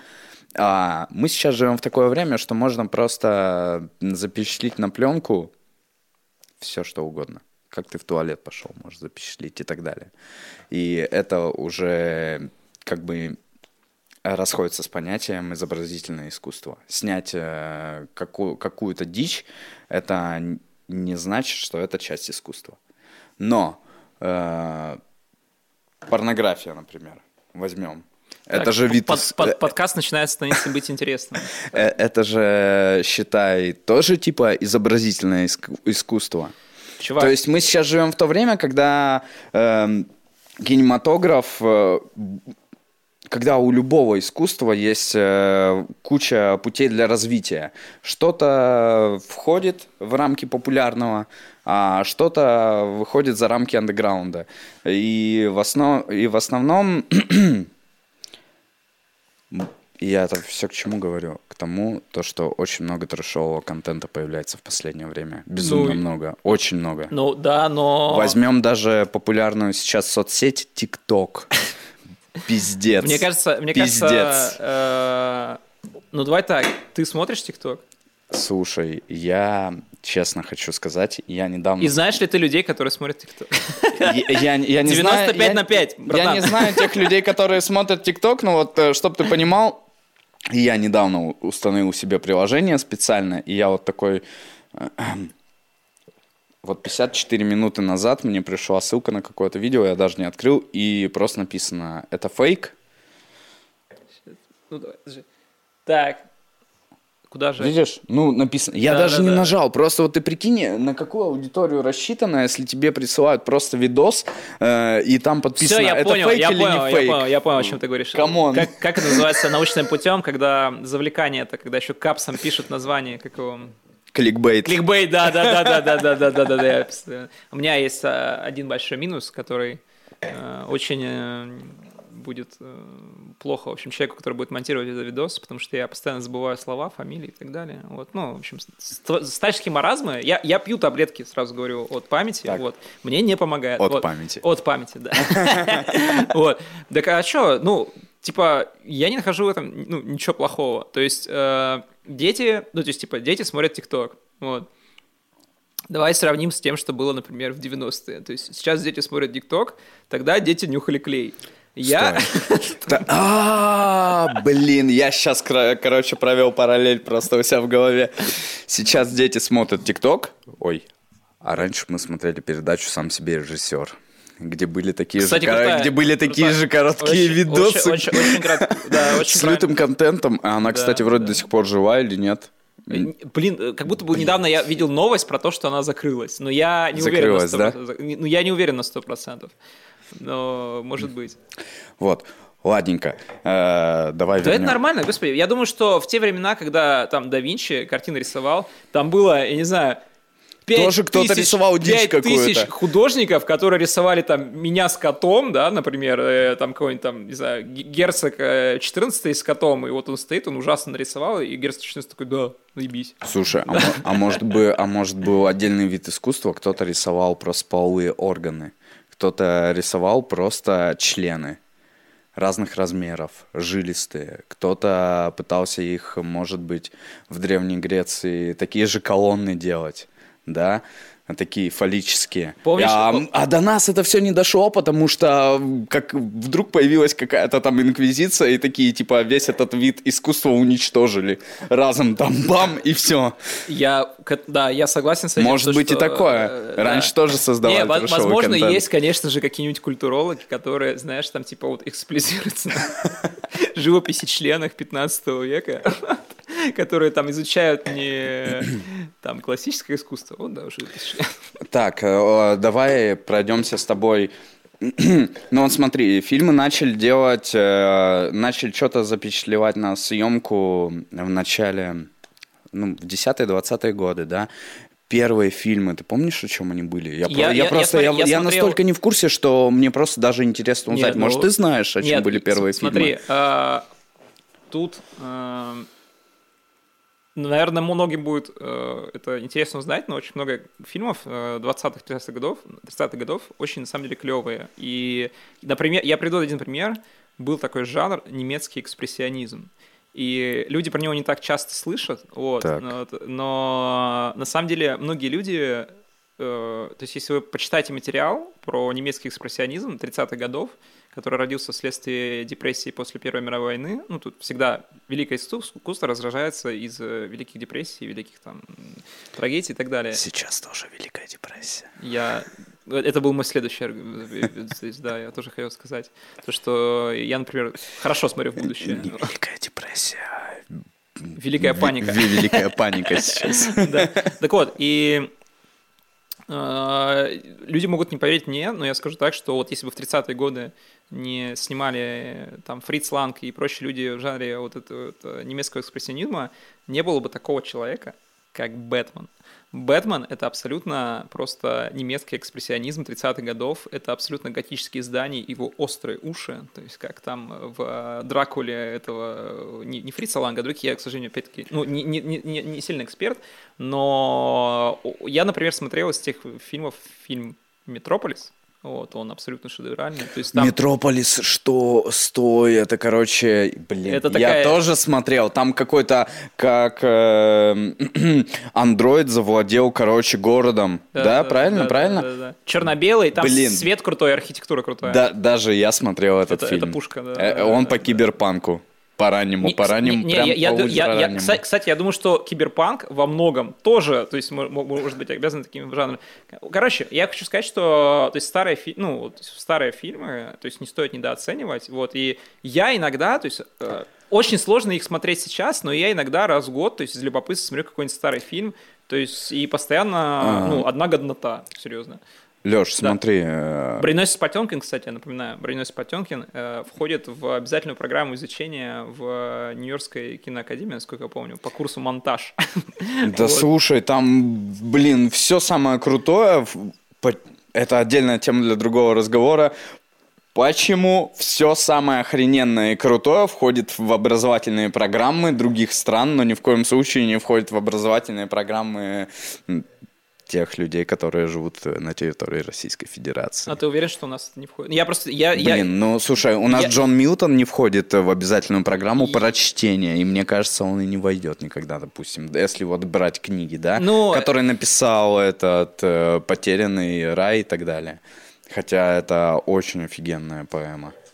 А мы сейчас живем в такое время, что можно просто запечатлеть на пленку все, что угодно. Как ты в туалет пошел, можешь запечатлеть и так далее. И это уже как бы... расходится с понятием изобразительное искусство. Снять какую-то дичь, это не значит, что это часть искусства. Но порнография, например, возьмем. Так, это же вид... Подкаст начинает становиться быть интересным. Это же, считай, тоже типа изобразительное искусство. Чувак. То есть мы сейчас живем в то время, когда кинематограф... Когда у любого искусства есть куча путей для развития. Что-то входит в рамки популярного, а что-то выходит за рамки андеграунда. И в основном... Я это все к чему говорю? К тому, что очень много трэшового контента появляется в последнее время. Безумно много. Очень много. Ну да, но... Возьмем даже популярную сейчас соцсеть TikTok. Пиздец. Мне кажется, ну давай так, ты смотришь ТикТок? Слушай, я честно хочу сказать, я недавно... И знаешь ли ты людей, которые смотрят ТикТок? Я не знаю... 95/5, братан. Я не знаю тех людей, которые смотрят ТикТок, но вот, чтобы ты понимал, я недавно установил себе приложение специально, и я вот такой... Вот 54 минуты назад мне пришла ссылка на какое-то видео, я даже не открыл, и просто написано «Это фейк». Ну, давай, подожди. Так, куда же? Видишь? Ну, написано. Я даже не нажал. Просто вот ты прикинь, на какую аудиторию рассчитано, если тебе присылают просто видос, и там подписано, все, я это понял, фейк или не фейк. Я понял, о чем ты говоришь. Камон. Как это называется научным путем, когда завлекание, это когда еще капсом пишут название, как его... Кликбейт. Кликбейт, да. У меня есть один большой минус, который очень будет плохо, в общем, человеку, который будет монтировать этот видос, потому что я постоянно забываю слова, фамилии и так далее. Вот, ну, в общем, старческие маразмы. Я пью таблетки, сразу говорю, от памяти. Вот. Мне не помогает. От памяти. От памяти, да. Вот. Так а что? Ну, типа, я не нахожу в этом ничего плохого. То есть дети смотрят ТикТок. Вот. Давай сравним с тем, что было, например, в 90-е. То есть сейчас дети смотрят ТикТок, тогда дети нюхали клей. Я... Блин, я сейчас, короче, провел параллель просто у себя в голове. Сейчас дети смотрят ТикТок. Ой, а раньше мы смотрели передачу «Сам себе режиссер», где были такие же короткие видосы с лютым контентом. А она, кстати, вроде до сих пор жива или нет? Блин, как будто бы недавно я видел новость про то, что она закрылась. Но я не уверен на 100%. Да? Ну, я не уверен на 100%. Но может быть. Вот. Ладненько, давай вернем. Да это нормально, господи. Я думаю, что в те времена, когда там да Винчи картины рисовал, там было, я не знаю, тоже кто-то рисовал дичь какую-то. 5000 художников, которые рисовали там меня с котом, да, например, там какой-нибудь там, не знаю, герцог 14 с котом, и вот он стоит, он ужасно нарисовал, и герцог 14 такой, да, наебись. Слушай, а может был отдельный вид искусства, кто-то рисовал просто половые органы, кто-то рисовал просто члены разных размеров, жилистые. Кто-то пытался их, может быть, в Древней Греции такие же колонны делать, да, такие фаллические. Помнишь? А до нас это все не дошло, потому что как вдруг появилась какая-то там инквизиция, и такие, типа, весь этот вид искусства уничтожили. Разом там бам, и все. Я согласен с этим. Может быть, и такое. Раньше тоже создавали трешовый контент. Возможно, есть, конечно же, какие-нибудь культурологи, которые, знаешь, там, типа, вот эксплизируются на живописи членах 15 века, которые там изучают не там классическое искусство, вот да, уже. Так, давай пройдемся с тобой. Ну вот смотри, фильмы начали делать, начали что-то запечатлевать на съемку в начале, в 10-20-е годы, да. Первые фильмы, ты помнишь, о чем они были? Я настолько не в курсе, что мне просто даже интересно узнать. Может, ты знаешь, о чем были первые фильмы? Смотри, тут... Наверное, многим будет это интересно узнать, но очень много фильмов 20-х, 30-х годов очень, на самом деле, клевые. И, например, я приведу один пример. Был такой жанр немецкий экспрессионизм. И люди про него не так часто слышат, вот, но на самом деле многие люди... То есть, если вы почитаете материал про немецкий экспрессионизм 30-х годов, который родился вследствие депрессии после Первой мировой войны, ну, тут всегда великое искусство разражается из великих депрессий, великих там трагедий и так далее. Сейчас тоже великая депрессия. Это был мой следующий да, я тоже хотел сказать. То, что я, например, хорошо смотрю в будущее. Не великая депрессия, великая паника. Великая паника сейчас. Так вот, и... Люди могут не поверить мне, но я скажу так, что вот если бы в 30-е годы не снимали там Фриц Ланг и прочие люди в жанре вот этого немецкого экспрессионизма, не было бы такого человека, как Бэтмен. Бэтмен — это абсолютно просто немецкий экспрессионизм 30-х годов, это абсолютно готические здания, его острые уши, то есть как там в «Дракуле» этого, не Фрица Ланга, а других, я, к сожалению, опять-таки, не сильный эксперт, но я, например, смотрел из тех фильмов фильм «Метрополис». Вот, он абсолютно шедевральный. То есть там... Метрополис, что стой, это, короче, блин, это я тоже смотрел, там какой-то, как андроид завладел, короче, городом, да, правильно? Да. Черно-белый, там свет крутой, архитектура крутая. Да, даже я смотрел этот фильм. Это пушка, да. Он по киберпанку. По-раннему, Кстати, я думаю, что киберпанк во многом тоже, то есть, может быть, обязан таким жанром. Короче, я хочу сказать, что то есть, старые фильмы, то есть, не стоит недооценивать, вот, и я иногда, то есть, очень сложно их смотреть сейчас, но я иногда раз в год, то есть, из любопытства смотрю какой-нибудь старый фильм, то есть, и постоянно, одна годнота, серьезно. Лёш, смотри. Броненосец Потёмкин, кстати, я напоминаю, Броненосец Потёмкин входит в обязательную программу изучения в Нью-Йоркской киноакадемии, насколько я помню, по курсу монтаж. Да слушай, там, блин, все самое крутое, это отдельная тема для другого разговора. Почему все самое охрененное и крутое входит в образовательные программы других стран, но ни в коем случае не входит в образовательные программы тех людей, которые живут на территории Российской Федерации. А ты уверен, что у нас это не входит? Слушай, у нас Джон Милтон не входит в обязательную программу прочтения, и мне кажется, он и не войдет никогда, допустим, если вот брать книги, да, который написал этот «Потерянный рай» и так далее. Хотя это очень офигенная поэма.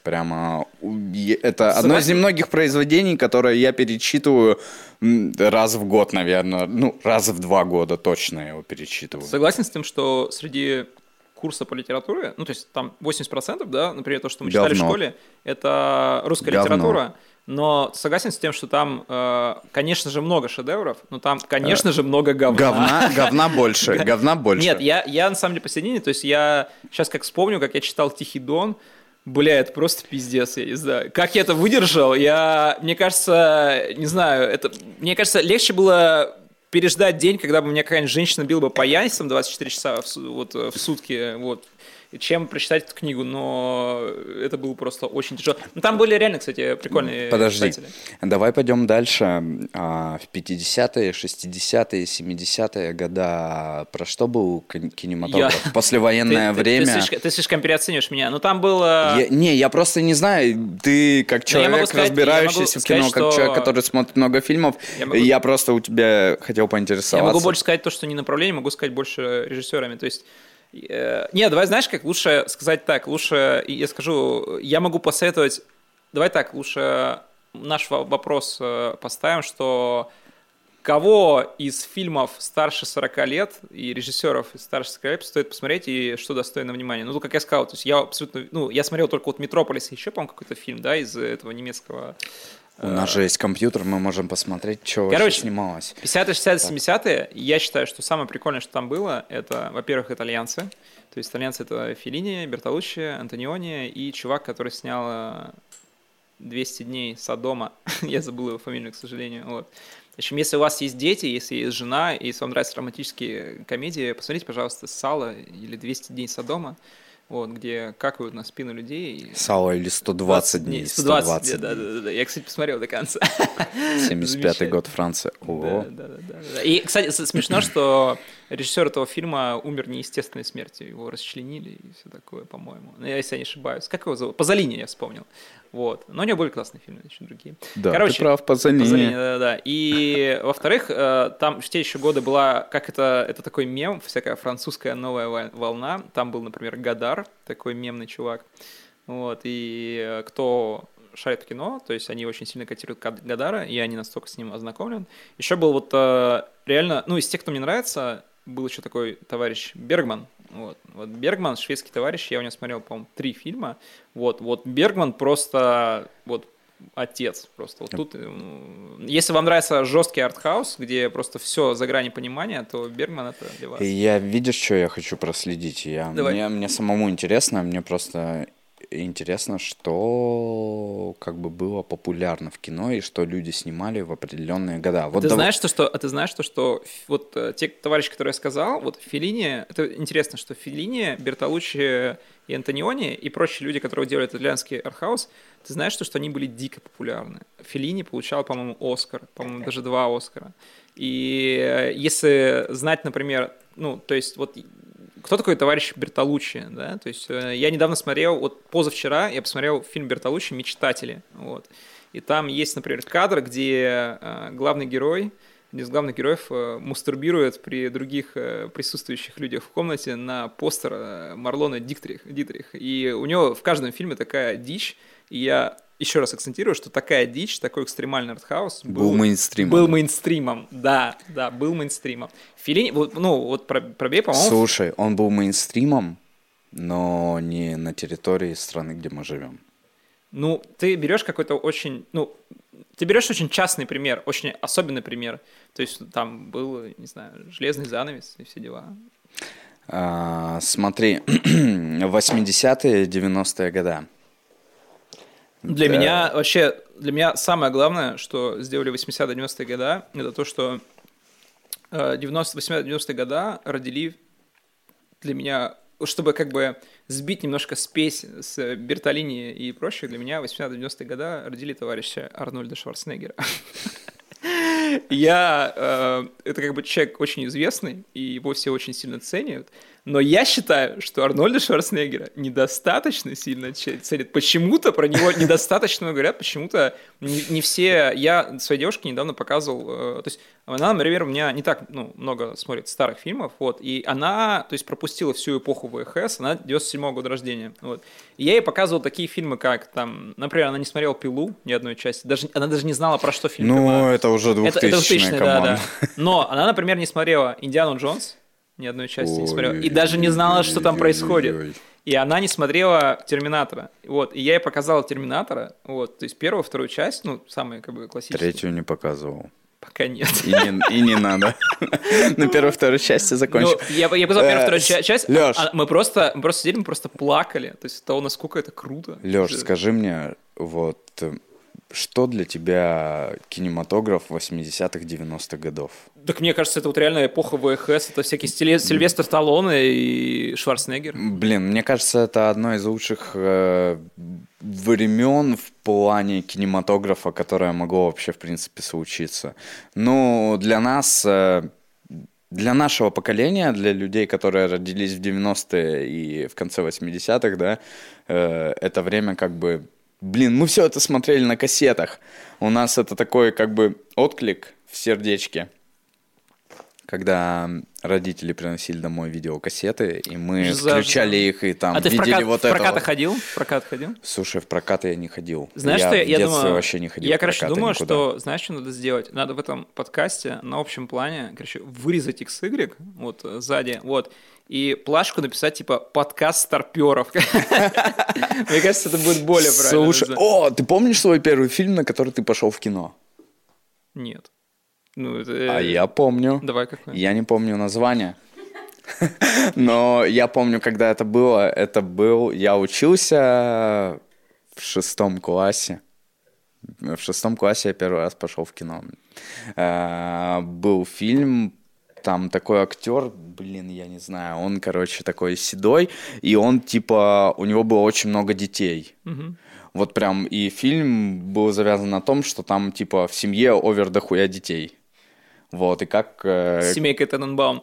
Прямо это одно из немногих произведений, которое я перечитываю раз в год, наверное. Ну, раз в 2 года точно я его перечитываю. Согласен с тем, что среди курса по литературе, ну, то есть там 80%, да, например, то, что мы читали в школе, это русская литература. Но согласен с тем, что там, конечно же, много шедевров, но там, конечно же, много говна. Говна больше, говна больше. Нет, я на самом деле посередине, то есть я сейчас как вспомню, как я читал «Тихий Дон», бля, это просто пиздец, я не знаю. Как я это выдержал, мне кажется, не знаю, мне кажется, легче было переждать день, когда бы меня какая-нибудь женщина била бы по яйцам 24 часа в сутки, вот, чем прочитать эту книгу, но это было просто очень тяжело. Ну, там были реально, кстати, прикольные Подожди, писатели. Давай пойдем дальше. В 50-е, 60-е, 70-е года про что был кинематограф? Послевоенное время. Ты слишком переоцениваешь меня. Ну, там было... Я просто не знаю. Ты как человек, разбирающийся в кино, как человек, который смотрит много фильмов, я просто у тебя хотел поинтересоваться. Я могу больше сказать то, что не направление, могу сказать больше режиссерами. То есть нет, давай, знаешь, как лучше сказать так, лучше, я скажу, я могу посоветовать, давай так, лучше наш вопрос поставим, что кого из фильмов старше 40 лет и режиссеров старше 40 лет стоит посмотреть и что достойно внимания. Ну, как я сказал, то есть я абсолютно, я смотрел только вот «Метрополис», еще, по-моему, какой-то фильм, да, из этого немецкого... У нас же есть компьютер, мы можем посмотреть, что вообще снималось. 50-е, 60-е, 70-е, я считаю, что самое прикольное, что там было, это, во-первых, итальянцы. То есть итальянцы — это Феллини, Бертолуччи, Антониони и чувак, который снял 200 дней Содома. Я забыл его фамилию, к сожалению. Вот. В общем, если у вас есть дети, если есть жена, и если вам нравятся романтические комедии, посмотрите, пожалуйста, «Сало» или «200 дней Содома». Вот, где какают на спину людей. «Сало» или 120 дней. 120, да. Я, кстати, посмотрел до конца. 75-й год, Франция. Ого. Да. И, кстати, смешно, что режиссер этого фильма умер неестественной смертью. Его расчленили и все такое, по-моему. Если я не ошибаюсь. Как его зовут? Пазолини, я вспомнил. Вот. Но у него были классные фильмы, еще другие. Да, короче, ты прав, Пазолини. Да. И, во-вторых, там в те еще годы была, как это такой мем, всякая французская новая волна. Там был, например, Годар, такой мемный чувак. Вот. И кто шарит в кино, то есть они очень сильно котируют Годара, и я не настолько с ним ознакомлен. Еще был вот реально, из тех, кто мне нравится, был еще такой товарищ Бергман. Вот Бергман, шведский товарищ, я у него смотрел, по-моему, 3 фильма. Вот Бергман просто отец просто. Вот тут, если вам нравится жесткий артхаус, где просто все за гранью понимания, то Бергман — это для вас. Видишь, что я хочу проследить? Мне самому интересно, мне просто интересно, что как бы было популярно в кино и что люди снимали в определенные года. Ты знаешь, что вот те товарищи, которые я сказал, вот Феллини, это интересно, что Феллини, Бертолуччи и Антониони и прочие люди, которые делают итальянский артхаус, ты знаешь, что они были дико популярны. Феллини получал, по-моему, Оскар, по-моему, даже 2 Оскара. И если знать, например, то есть вот кто такой товарищ Бертолуччи, да? То есть я недавно смотрел, вот позавчера я посмотрел фильм Бертолуччи «Мечтатели», вот. И там есть, например, кадр, где главный герой, один из главных героев мастурбирует при других присутствующих людях в комнате на постер Марлона Дитрих. И у него в каждом фильме такая дичь, и я еще раз акцентирую, что такая дичь, такой экстремальный артхаус был мейнстримом. Был мейнстримом, да, был мейнстримом. Феллини, пробей, по-моему... Слушай, он был мейнстримом, но не на территории страны, где мы живем. Ты берешь какой-то очень... ты берешь очень частный пример, очень особенный пример. То есть там был, не знаю, железный занавес и все дела. Смотри, 80-е, 90-е годы. Для меня самое главное, что сделали 80-90-е годы, это то, что 80-90-е годы родили для меня, чтобы как бы сбить немножко спесь с Бертолини и прочих, для меня 80-90-е годы родили товарища Арнольда Шварценеггера. Это как бы человек очень известный, и его все очень сильно ценят, Но я считаю, что Арнольда Шварценеггера недостаточно сильно ценят. Почему-то про него недостаточно говорят, почему-то не все... Я своей девушке недавно показывал... То есть она, например, у меня не так много смотрит старых фильмов, вот, и она, то есть, пропустила всю эпоху ВХС, она 97-го года рождения, вот. И я ей показывал такие фильмы, как, там, например, она не смотрела «Пилу» ни одной части, она даже не знала, про что фильм. Ну, это уже 2000-е, да. Но она, например, не смотрела «Индиану Джонс», ни одной части не смотрела, и даже не знала, что там происходит. И она не смотрела «Терминатора». Вот, и я ей показал «Терминатора», вот, то есть первую, вторую часть, самые, как бы, классические. Третью не показывал. Пока нет. И не надо. На первой, второй части закончил. Я показал первую, вторую часть, Лёш. Мы просто сидели, мы просто плакали. То есть того, насколько это круто. Лёш, скажи мне, вот, что для тебя кинематограф 80-х, 90-х годов? Так мне кажется, это вот реально эпоха ВХС, это всякие Сильвестр Сталлоне и Шварценеггер. Блин, мне кажется, это одно из лучших времен в плане кинематографа, которое могло вообще, в принципе, случиться. Ну, для нас, для нашего поколения, для людей, которые родились в 90-е и в конце 80-х, да, это время как бы... Блин, мы все это смотрели на кассетах. У нас это такой как бы отклик в сердечке, когда родители приносили домой видеокассеты, и мы включали их, и там видели вот это. А ты в прокат ходил? В прокат ходил? Слушай, в прокат я не ходил. Знаешь, я что в детстве думаю, вообще не ходил. Я, короче, думаю, что, знаешь, что надо сделать? Надо в этом подкасте на общем плане, короче, вырезать XY, вот, сзади, вот, и плашку написать, типа, подкаст старпёров. Мне кажется, это будет более правильно. Слушай, ты помнишь свой первый фильм, на который ты пошел в кино? Нет. А я помню. Давай какой? Я не помню название. Но я помню, когда это было. Это был... Я учился в 6 классе. В 6 классе я первый раз пошел в кино. Был фильм... Там такой актер, блин, я не знаю, он, короче, такой седой, и он, типа, у него было очень много детей. Угу. Вот прям, и фильм был завязан на том, что там, типа, в семье овер дохуя детей. Вот, и как... Семейка Тененбаум.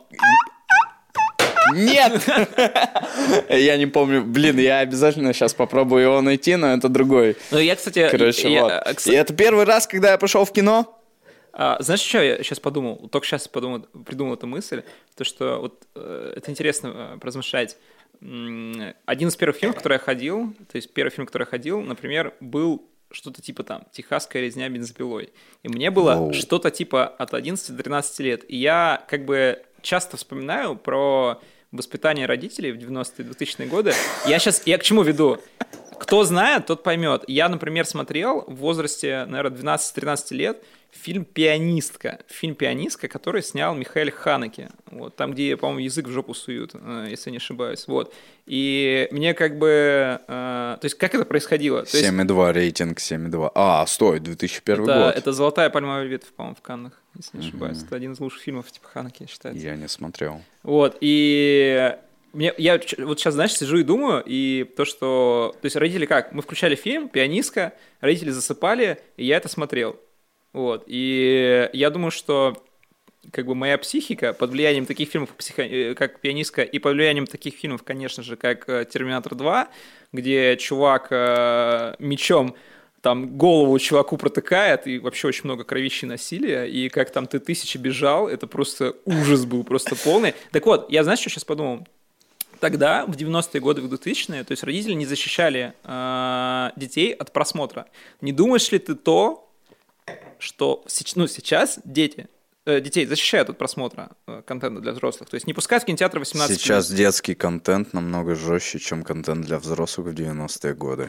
Нет! Я не помню. Блин, я обязательно сейчас попробую его найти, но это другой. Ну, я, кстати... Короче, вот. И это первый раз, когда я пошел в кино. Знаешь, что я сейчас подумал? Только сейчас придумал эту мысль, то, что вот это интересно поразмышлять. Один из первых фильмов, который я ходил, то есть первый фильм, который я ходил, например, был что-то типа там «Техасская резня бензопилой». И мне было что-то типа от 11 до 13 лет. И я как бы часто вспоминаю про воспитание родителей в 90-е, 2000-е годы. Я к чему веду? Кто знает, тот поймет. Я, например, смотрел в возрасте, наверное, 12-13 лет фильм «Пианистка». Фильм «Пианистка», который снял Михаэль Ханеке. Вот, там, где, по-моему, язык в жопу суют, если не ошибаюсь. Вот. И мне как бы... то есть, как это происходило? 7,2, рейтинг 7,2. Стой, 2001 год. Это «Золотая пальмовая ветвь», по-моему, в Каннах, если не ошибаюсь. Это один из лучших фильмов типа Ханеке, считается. Я не смотрел. Вот, и... Я вот сейчас, знаешь, сижу и думаю, и то, что... То есть родители как? Мы включали фильм «Пианистка», родители засыпали, и я это смотрел. Вот. И я думаю, что как бы моя психика под влиянием таких фильмов, как «Пианистка», и под влиянием таких фильмов, конечно же, как «Терминатор 2», где чувак мечом там голову чуваку протыкает, и вообще очень много кровищи и насилия, и как там ты тысячи бежал, это просто ужас был, просто полный. Так вот, я, знаешь, что сейчас подумал? Тогда, в 90-е годы, в 2000-е, то есть родители не защищали детей от просмотра. Не думаешь ли ты то, что сейчас детей защищают от просмотра контента для взрослых? То есть не пускают в кинотеатр 18+. Сейчас детский контент намного жестче, чем контент для взрослых в 90-е годы.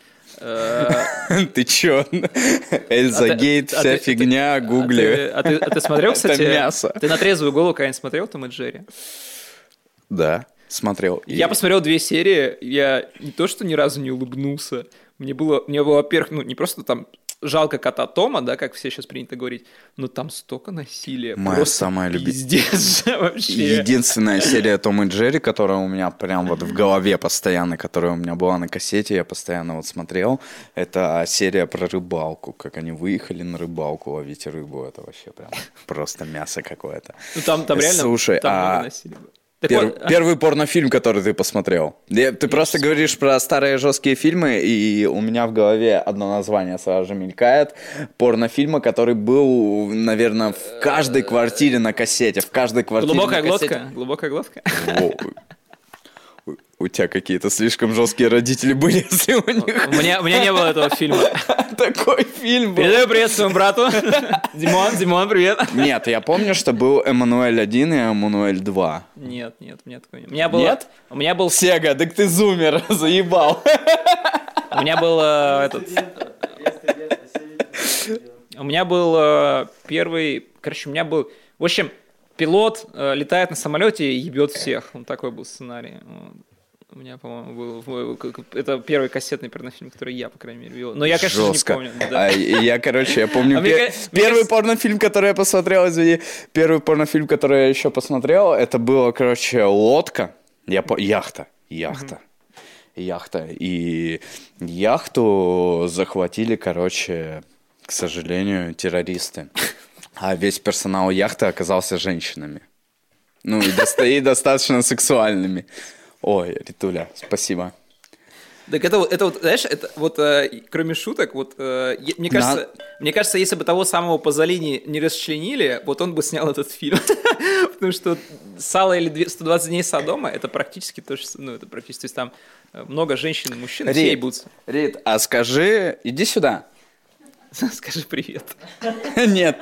Ты чё? Эльза Гейт, вся фигня, гугли. А ты смотрел, кстати? Это мясо. Ты на трезвую голову когда-нибудь смотрел «Том и Джерри»? Да. Смотрел. Я посмотрел 2 серии, я не то что ни разу не улыбнулся, мне было, во-первых, не просто там жалко кота Тома, да, как все сейчас принято говорить, но там столько насилия. Моя самая любимая. Вообще. Единственная серия «Том и Джерри», которая у меня прям вот в голове постоянно, которая у меня была на кассете, я постоянно вот смотрел, это серия про рыбалку, как они выехали на рыбалку ловить рыбу, это вообще прям просто мясо какое-то. Ну там реально, слушай, там много насилия было. Первый порнофильм, который ты посмотрел. Ты просто говоришь про старые жесткие фильмы, и у меня в голове одно название сразу же мелькает. Порнофильма, который был, наверное, в каждой квартире на кассете. В каждой квартире Глубокая на кассете. глотка? Глубокая глотка? У тебя какие-то слишком жесткие родители были, если у них... У меня не было этого фильма. Такой фильм был. Передаю привет своему брату. Димон, привет. Нет, я помню, что был Эммануэль 1 и Эммануэль 2. Нет, у меня такого нет. Нет? У меня был... Сега, так ты зумер, заебал. У меня был У меня был первый... Короче, у меня был... В общем, пилот летает на самолете и ебет всех. Вот такой был сценарий. У меня, по-моему, был... Это первый кассетный порнофильм, который я, по крайней мере, видел. Но я, конечно, Жестко. не помню. Да. Я помню... Первый порнофильм, который я посмотрел, первый порнофильм, который я еще посмотрел, это было, лодка. Яхта. И яхту захватили, к сожалению, террористы. А весь персонал яхты оказался женщинами. Ну, и достаточно сексуальными. Ой, Ритуля, спасибо. Так это вот, знаешь, это вот кроме шуток, мне кажется, если бы того самого Пазолини не расчленили, вот он бы снял этот фильм. Потому что «Сало» или «120 дней Содома» это практически то же, это практически, то есть там много женщин и мужчин, все ебутся. Рит, а скажи, иди сюда. Скажи привет. Нет.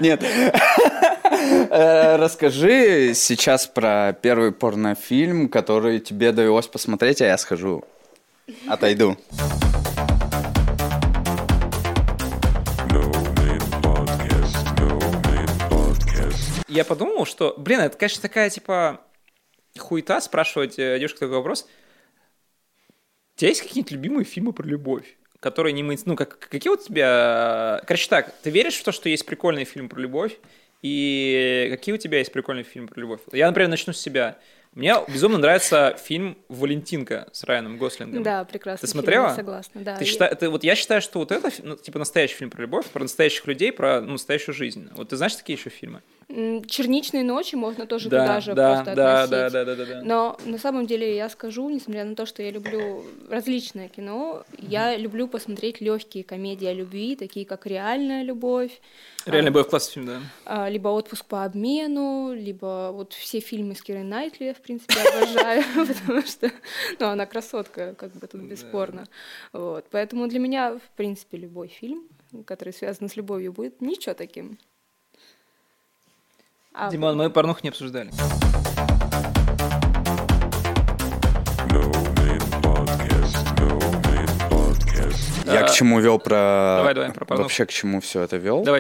Расскажи сейчас про первый порнофильм, который тебе довелось посмотреть, а я схожу, отойду. Я подумал, что, это, конечно, такая, хуета спрашивать девушку такой вопрос. У тебя есть какие-нибудь любимые фильмы про любовь? Которые не мы... какие у тебя... Короче, так, ты веришь в то, что есть прикольный фильм про любовь? И какие у тебя есть прикольные фильмы про любовь? Я, например, начну с себя. Мне безумно нравится фильм «Валентинка» с Райаном Гослингом. Да, прекрасно. Ты смотрела? Я согласна, да. Я считаю, что вот это, настоящий фильм про любовь, про настоящих людей, про настоящую жизнь. Вот ты знаешь такие еще фильмы? «Черничные ночи» можно тоже туда же просто относить. Да. Но на самом деле я скажу, несмотря на то, что я люблю различное кино, я люблю посмотреть легкие комедии о любви, такие как «Реальная любовь». «Реальная любовь» классный фильм, да. Либо «Отпуск по обмену», либо вот все фильмы с Кирой Найтли я, в принципе, обожаю, потому что она красотка, тут бесспорно. Вот. Поэтому для меня, в принципе, любой фильм, который связан с любовью, будет ничего таким. Димон, мы порнуху не обсуждали. Я к чему вел про... Давай, про порнуху. Вообще к чему все это вел? Давай.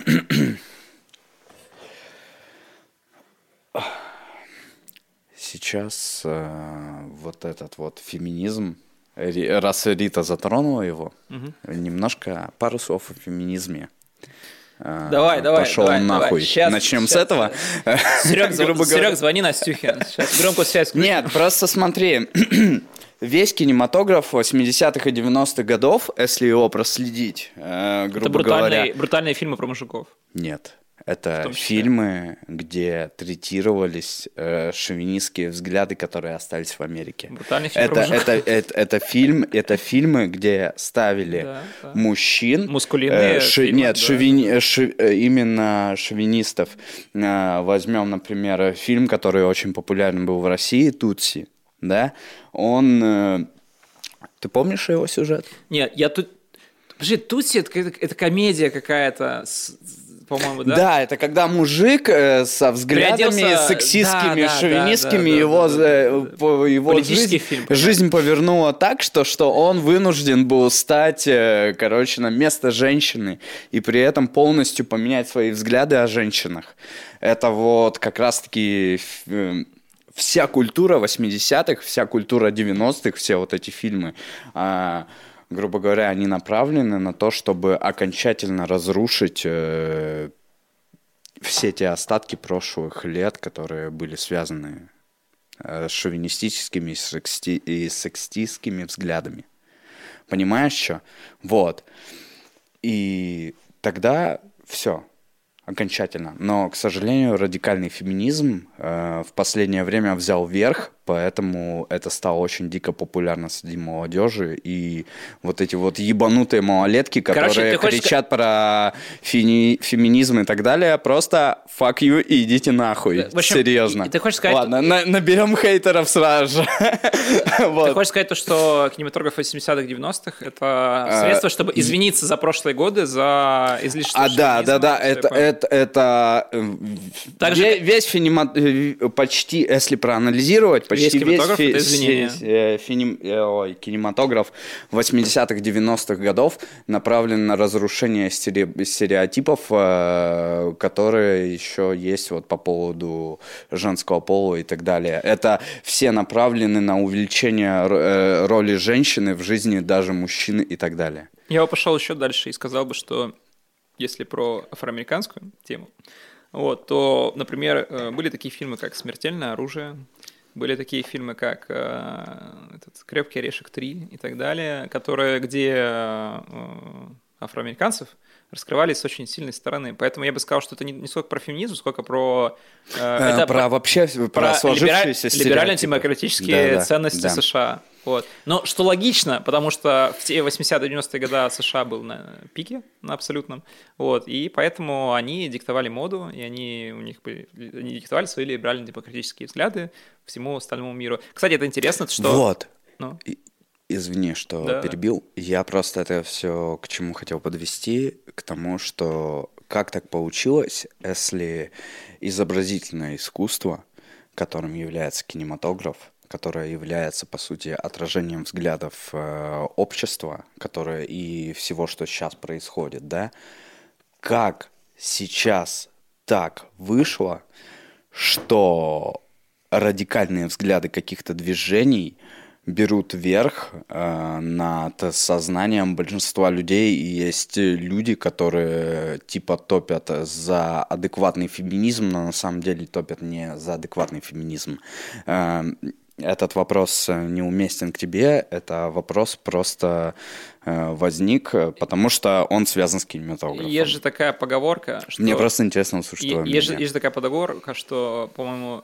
Сейчас вот этот вот феминизм, раз Рита затронула его, немножко пару слов о феминизме. Давай. Пошел нахуй. Сейчас, начнем с этого. Серег, звони Настюхе. Сейчас громкую связь включим. Нет, просто смотри. Весь кинематограф 80-х и 90-х годов, если его проследить, грубо говоря... Это брутальные фильмы про мужиков. Нет. Это фильмы, где третировались шовинистские взгляды, которые остались в Америке. Брутальный фильм про мужиков. Это фильмы, где ставили мужчин... Мускулинные фильмы, именно шовинистов. Возьмем, например, фильм, который очень популярен был в России, «Тутси». Да? Он... Ты помнишь его сюжет? Нет, я тут... Подожди, «Тутси» — это комедия какая-то... По-моему, да? Да, это когда мужик со взглядами сексистскими, шовинистскими, его жизнь повернула так, что он вынужден был стать, на место женщины и при этом полностью поменять свои взгляды о женщинах. Это вот как раз-таки вся культура 80-х, вся культура 90-х, все вот эти фильмы, грубо говоря, они направлены на то, чтобы окончательно разрушить все те остатки прошлых лет, которые были связаны с шовинистическими и сексистскими взглядами. Понимаешь, что? Вот. И тогда все. окончательно. Но, к сожалению, радикальный феминизм в последнее время взял верх, поэтому это стало очень дико популярно среди молодежи. И вот эти вот ебанутые малолетки, которые кричат про феминизм и так далее, просто fuck you и идите нахуй. В общем, серьезно. Ты хочешь сказать... Ладно, наберем хейтеров сразу же. Ты хочешь сказать то, что кинематограф 80-х, 90-х — это средство, чтобы извиниться за прошлые годы, за излишество феминизма? Да, это весь почти, если проанализировать, почти весь кинематограф 80-х, 90-х годов направлен на разрушение стереотипов, которые еще есть вот по поводу женского пола и так далее. Это все направлены на увеличение роли женщины в жизни даже мужчины и так далее. Я бы пошел еще дальше и сказал бы, что если про афроамериканскую тему, вот, то, например, были такие фильмы, как «Смертельное оружие», были такие фильмы, как «Крепкий орешек 3» и так далее, где афроамериканцев раскрывались с очень сильной стороны. Поэтому я бы сказал, что это не сколько про феминизм, сколько про... вообще сложившиеся либерально-демократические ценности США. Вот. Но что логично, потому что в те 80-е 90-е годы США был на пике, на абсолютном, вот, и поэтому они диктовали моду, и они диктовали свои либерально-демократические взгляды всему остальному миру. Кстати, это интересно, что... Вот. Извини, что перебил. Я просто это все к чему хотел подвести, к тому, что как так получилось, если изобразительное искусство, которым является кинематограф, которое является, по сути, отражением взглядов общества, которое и всего, что сейчас происходит, да, как сейчас так вышло, что радикальные взгляды каких-то движений берут верх над сознанием большинства людей, и есть люди, которые типа топят за адекватный феминизм, но на самом деле топят не за адекватный феминизм. Этот вопрос неуместен к тебе, это вопрос просто возник, потому что он связан с кинематографом. Есть же такая поговорка, что... Мне просто интересно услышать твое мнение. Есть же такая поговорка, что, по-моему,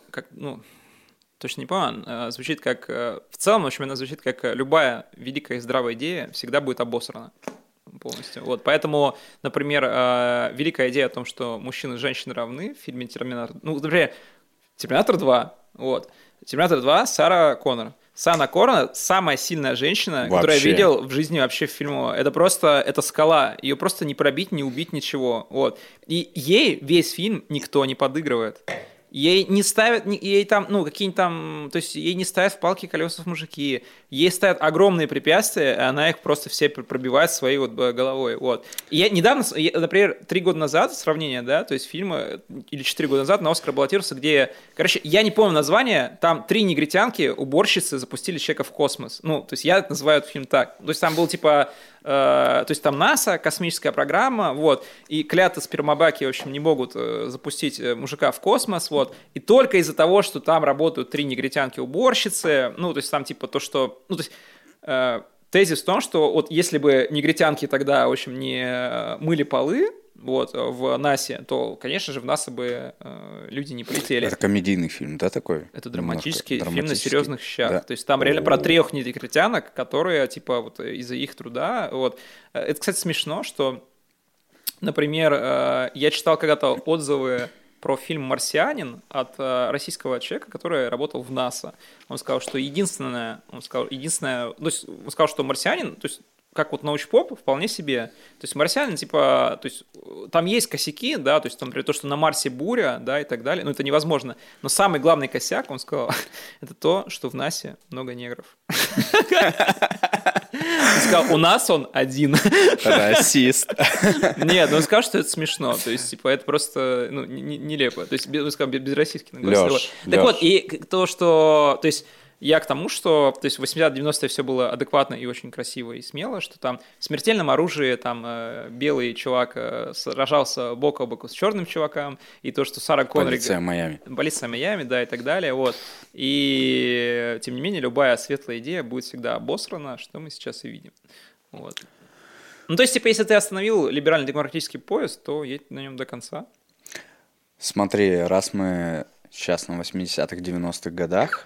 точно не помню, звучит как... В целом, в общем, она звучит как любая великая и здравая идея всегда будет обосрана полностью. Вот, поэтому, например, великая идея о том, что мужчины и женщины равны в фильме «Терминатор», например, «Терминатор 2», вот, «Терминатор 2», Сара Коннор. Сара Коннор — самая сильная женщина, которую я видел в жизни вообще в фильме. Это скала. Ее просто не пробить, не убить, ничего. Вот. И ей весь фильм никто не подыгрывает. Ей не ставят, ей там, какие-нибудь там, то есть ей не ставят в палки колесов мужики, ей ставят огромные препятствия, и она их просто все пробивает своей вот головой, вот. И я недавно, например, 3 года назад, сравнение, да, то есть фильм, или 4 года назад на «Оскар» баллотировался, где, короче, я не помню название, там 3 негритянки, уборщицы, запустили человека в космос, то есть я называю этот фильм так, то есть там был типа... То есть там НАСА, космическая программа, вот, и клятые спермобаки, в общем, не могут запустить мужика в космос, вот, и только из-за того, что там работают 3 негритянки-уборщицы, то есть там типа то, что, то есть тезис в том, что вот если бы негритянки тогда, в общем, не мыли полы, вот, в НАСе, то, конечно же, в НАСА бы люди не полетели. Это комедийный фильм, да, такой? Это драматический фильм на серьезных щах. Да. То есть там реально про 3 негритянок, которые, типа, вот из-за их труда, вот. Это, кстати, смешно, что, например, я читал когда-то отзывы про фильм «Марсианин» от российского человека, который работал в НАСА. Он сказал, что единственное, то есть он сказал, что «Марсианин», то есть как вот научпоп, вполне себе. То есть «Марсианин», типа, то есть там есть косяки, да, то есть там, например, то, что на Марсе буря, да, и так далее, это невозможно. Но самый главный косяк, он сказал, это то, что в НАСе много негров. Он сказал, у нас он один. Расист. Нет, он сказал, что это смешно, то есть, типа, это просто, нелепо. То есть, он сказал, без российских. Лёш. Так вот, и то, что, то есть, я к тому, что, то есть, в 80-90-е все было адекватно и очень красиво и смело, что там в «Смертельном оружии» там белый чувак сражался бок о бок с черным чуваком, и то, что Сара Коннор... Полиция Майами. Полиция Майами, да, и так далее, вот. И, тем не менее, любая светлая идея будет всегда обосрана, что мы сейчас и видим. Вот. То есть, типа, если ты остановил либерально-демократический поезд, то едь на нем до конца. Смотри, раз мы сейчас на 80-х, 90-х годах,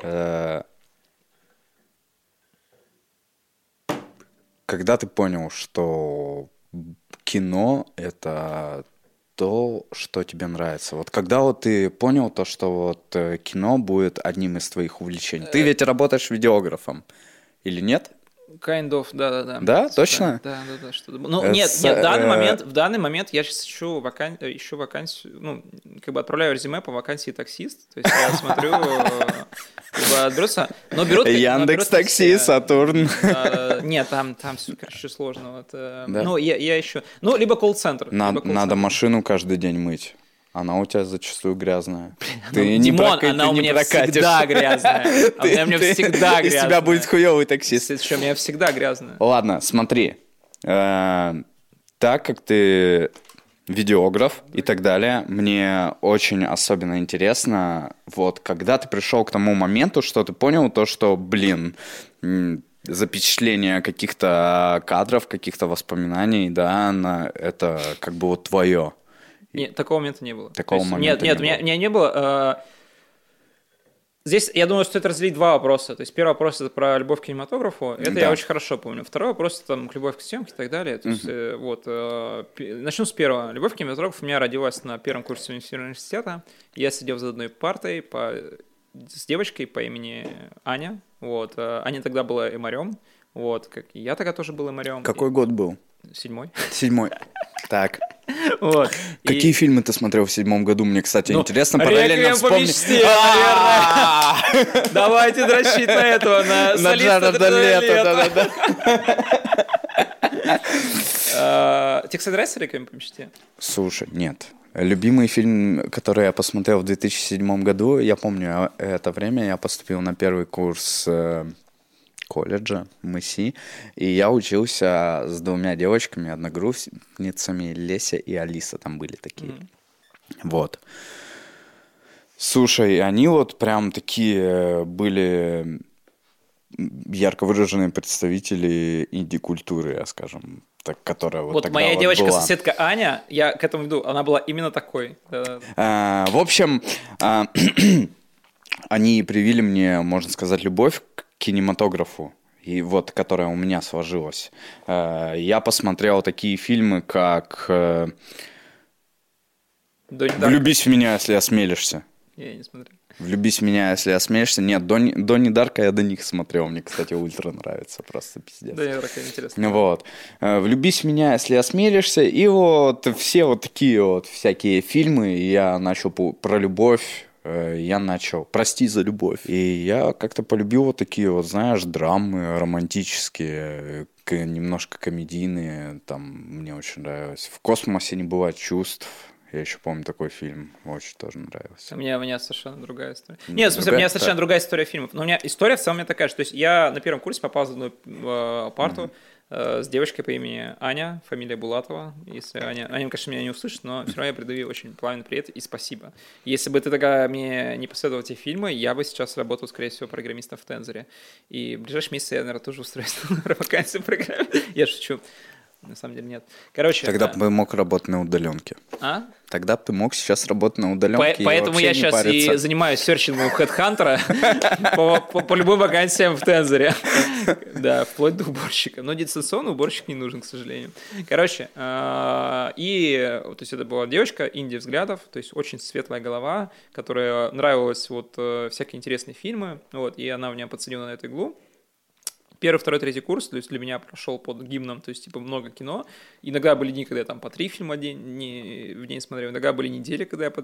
когда ты понял, что кино — это то, что тебе нравится? Вот когда вот ты понял то, что вот кино будет одним из твоих увлечений? Ты ведь работаешь видеографом, или нет? Kind of, да. Да, точно? Да, что-то. Ну, нет, в данный момент я сейчас ищу вакансию, ну, как бы отправляю резюме по вакансии таксист, то есть я смотрю, как бы отберутся, но берут... Яндекс.Такси, Сатурн. Нет, там все, короче, сложно. Вот, ну, я ищу, ну, либо колл-центр. Надо машину каждый день мыть. Она у тебя зачастую грязная. Ты Димон, она у меня всегда грязная. Она у меня всегда грязная. Из тебя будет хуёвый таксист. У меня всегда грязная. Ладно, смотри. Так как ты видеограф и так далее, мне очень особенно интересно, вот когда ты пришел к тому моменту, что ты понял то, что, запечатление каких-то кадров, каких-то воспоминаний, да, это как бы вот твое. Нет, такого момента не было. Такого момента нет, у меня не было. Здесь, я думаю, стоит разделить два вопроса. То есть первый вопрос — это про любовь к кинематографу. Это я очень хорошо помню. Второй вопрос — это там любовь к съемке и так далее. То есть, вот, начну с первого. Любовь к кинематографу у меня родилась на первом курсе университета. Я сидел за одной партой с девочкой по имени Аня. Вот. Аня тогда была эмарем. Вот, как и я тогда тоже был эмарем. Какой год был? 7-й. Так. Вот. Какие фильмы ты смотрел в 7-м году? Мне, кстати, интересно параллельно вспомнить. Наверное. Давайте дрочить на этого, на Джареда Лето. Тебе, кстати, нравится «Реквием по мечте»? Слушай, нет. Любимый фильм, который я посмотрел в 2007 году, я помню это время, я поступил на первый курс колледжа МСИ, и я учился с двумя девочками, одногруппницами, Леся и Алиса там были такие. Вот. Слушай, они вот прям такие были ярко выраженные представители инди-культуры, я скажем, которая вот тогда моя вот девочка-соседка Аня, я к этому веду, она была именно такой. В общем, они привили мне, можно сказать, любовь к кинематографу, и вот, которая у меня сложилась. Я посмотрел такие фильмы, как «Влюбись в меня, если осмелишься». Я не смотрел. «Влюбись в меня, если осмелишься». Нет, Донни Дарка я до них смотрел. Мне, кстати, ультра нравится. Просто пиздец. Донни Дарка интересно. Вот. «Влюбись в меня, если осмелишься». И вот все вот такие вот всякие фильмы. Я начал про любовь. Я начал «Прости за любовь». И я как-то полюбил вот такие вот, знаешь, драмы романтические, немножко комедийные. Там мне очень нравилось. «В космосе не бывает чувств». Я еще помню такой фильм, очень тоже нравился. У меня совершенно другая история. Нет, в смысле, у меня совершенно другая история фильмов. Но у меня история в целом такая же. То есть я на первом курсе попал за одну парту с девочкой по имени Аня, фамилия Булатова. Если Аня, конечно, меня не услышит, но все равно я передаю очень пламенный привет и спасибо. Если бы ты тогда мне не посоветовал эти фильмы, я бы сейчас работал, скорее всего, программистом в Тензоре. И в ближайшие месяцы я, наверное, тоже устроюсь на вакансию программы. Я шучу. На самом деле нет. Короче, тогда бы мог работать на удаленке. Тогда бы ты мог сейчас работать на удаленке. Поэтому я сейчас и занимаюсь серчингом HeadHunter по любым вакансиям в Тензоре. Да, вплоть до уборщика. Но дистанционный уборщик не нужен, к сожалению. Короче, то есть это была девочка инди взглядов, то есть очень светлая голова, которая нравилась вот всякие интересные фильмы, вот, и она меня подсадила на эту иглу. Первый, второй, третий курс, то есть для меня прошел под гимном, то есть типа много кино. Иногда были дни, когда я там по 3 фильма в день смотрел, иногда были недели, когда я по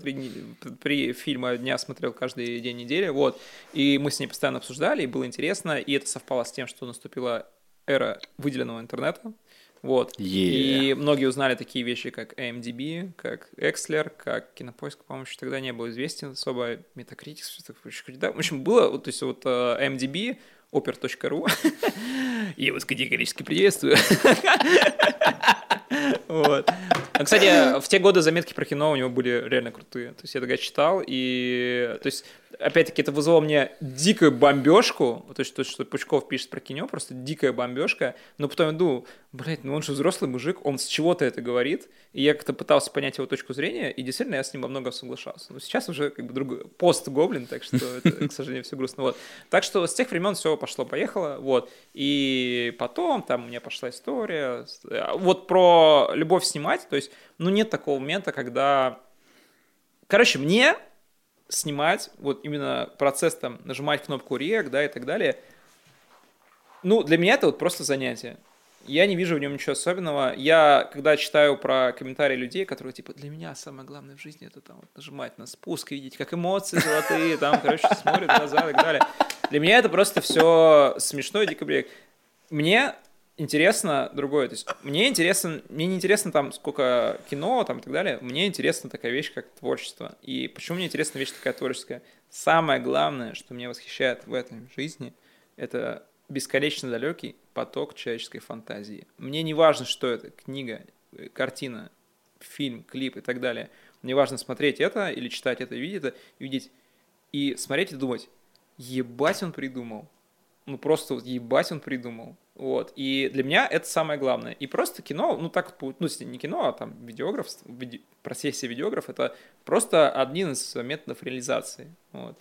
3 фильма дня смотрел каждый день недели, вот. И мы с ней постоянно обсуждали, и было интересно, и это совпало с тем, что наступила эра выделенного интернета, вот. И многие узнали такие вещи, как IMDb, как Exler, как Кинопоиск, по-моему, еще тогда не был известен особо, Metacritic, да, в общем, было, то есть вот IMDb, Oper.ru. Я вас категорически приветствую. Вот. Кстати, в те годы заметки про кино у него были реально крутые. То есть я тогда читал, и... То есть, опять-таки, это вызвало мне дикую бомбежку. То есть то, что Пучков пишет про кино, просто дикая бомбежка. Но потом я думаю, блядь, ну он же взрослый мужик, он с чего-то это говорит. И я как-то пытался понять его точку зрения, и действительно я с ним во многом соглашался. Но сейчас уже как бы другой пост-гоблин, так что это, к сожалению, все грустно. Вот. Так что с тех времен все пошло-поехало. Вот. И потом там у меня пошла история. Вот про любовь снимать, то есть, ну, нет такого момента, когда... Короче, мне снимать, вот именно процесс там, нажимать кнопку рек, да, и так далее, ну, для меня это вот просто занятие. Я не вижу в нем ничего особенного. Я, когда читаю про комментарии людей, которые, типа, для меня самое главное в жизни — это там вот, нажимать на спуск и видеть, как эмоции золотые, там, короче, смотрят глаза и так далее. Для меня это просто все смешно и дико бред. Мне интересно другое. То есть мне не интересно там сколько кино там и так далее. Мне интересна такая вещь, как творчество. И почему мне интересна вещь такая творческая? Самое главное, что меня восхищает в этой жизни, это бесконечно далекий поток человеческой фантазии. Мне не важно, что это, книга, картина, фильм, клип и так далее. Мне важно смотреть это или читать это, видеть и смотреть и думать, ебать он придумал. Ну просто вот ебать он придумал. Вот. И для меня это самое главное. И просто кино, ну так, ну не кино, а там видеограф, профессия видеограф, это просто один из методов реализации. Вот.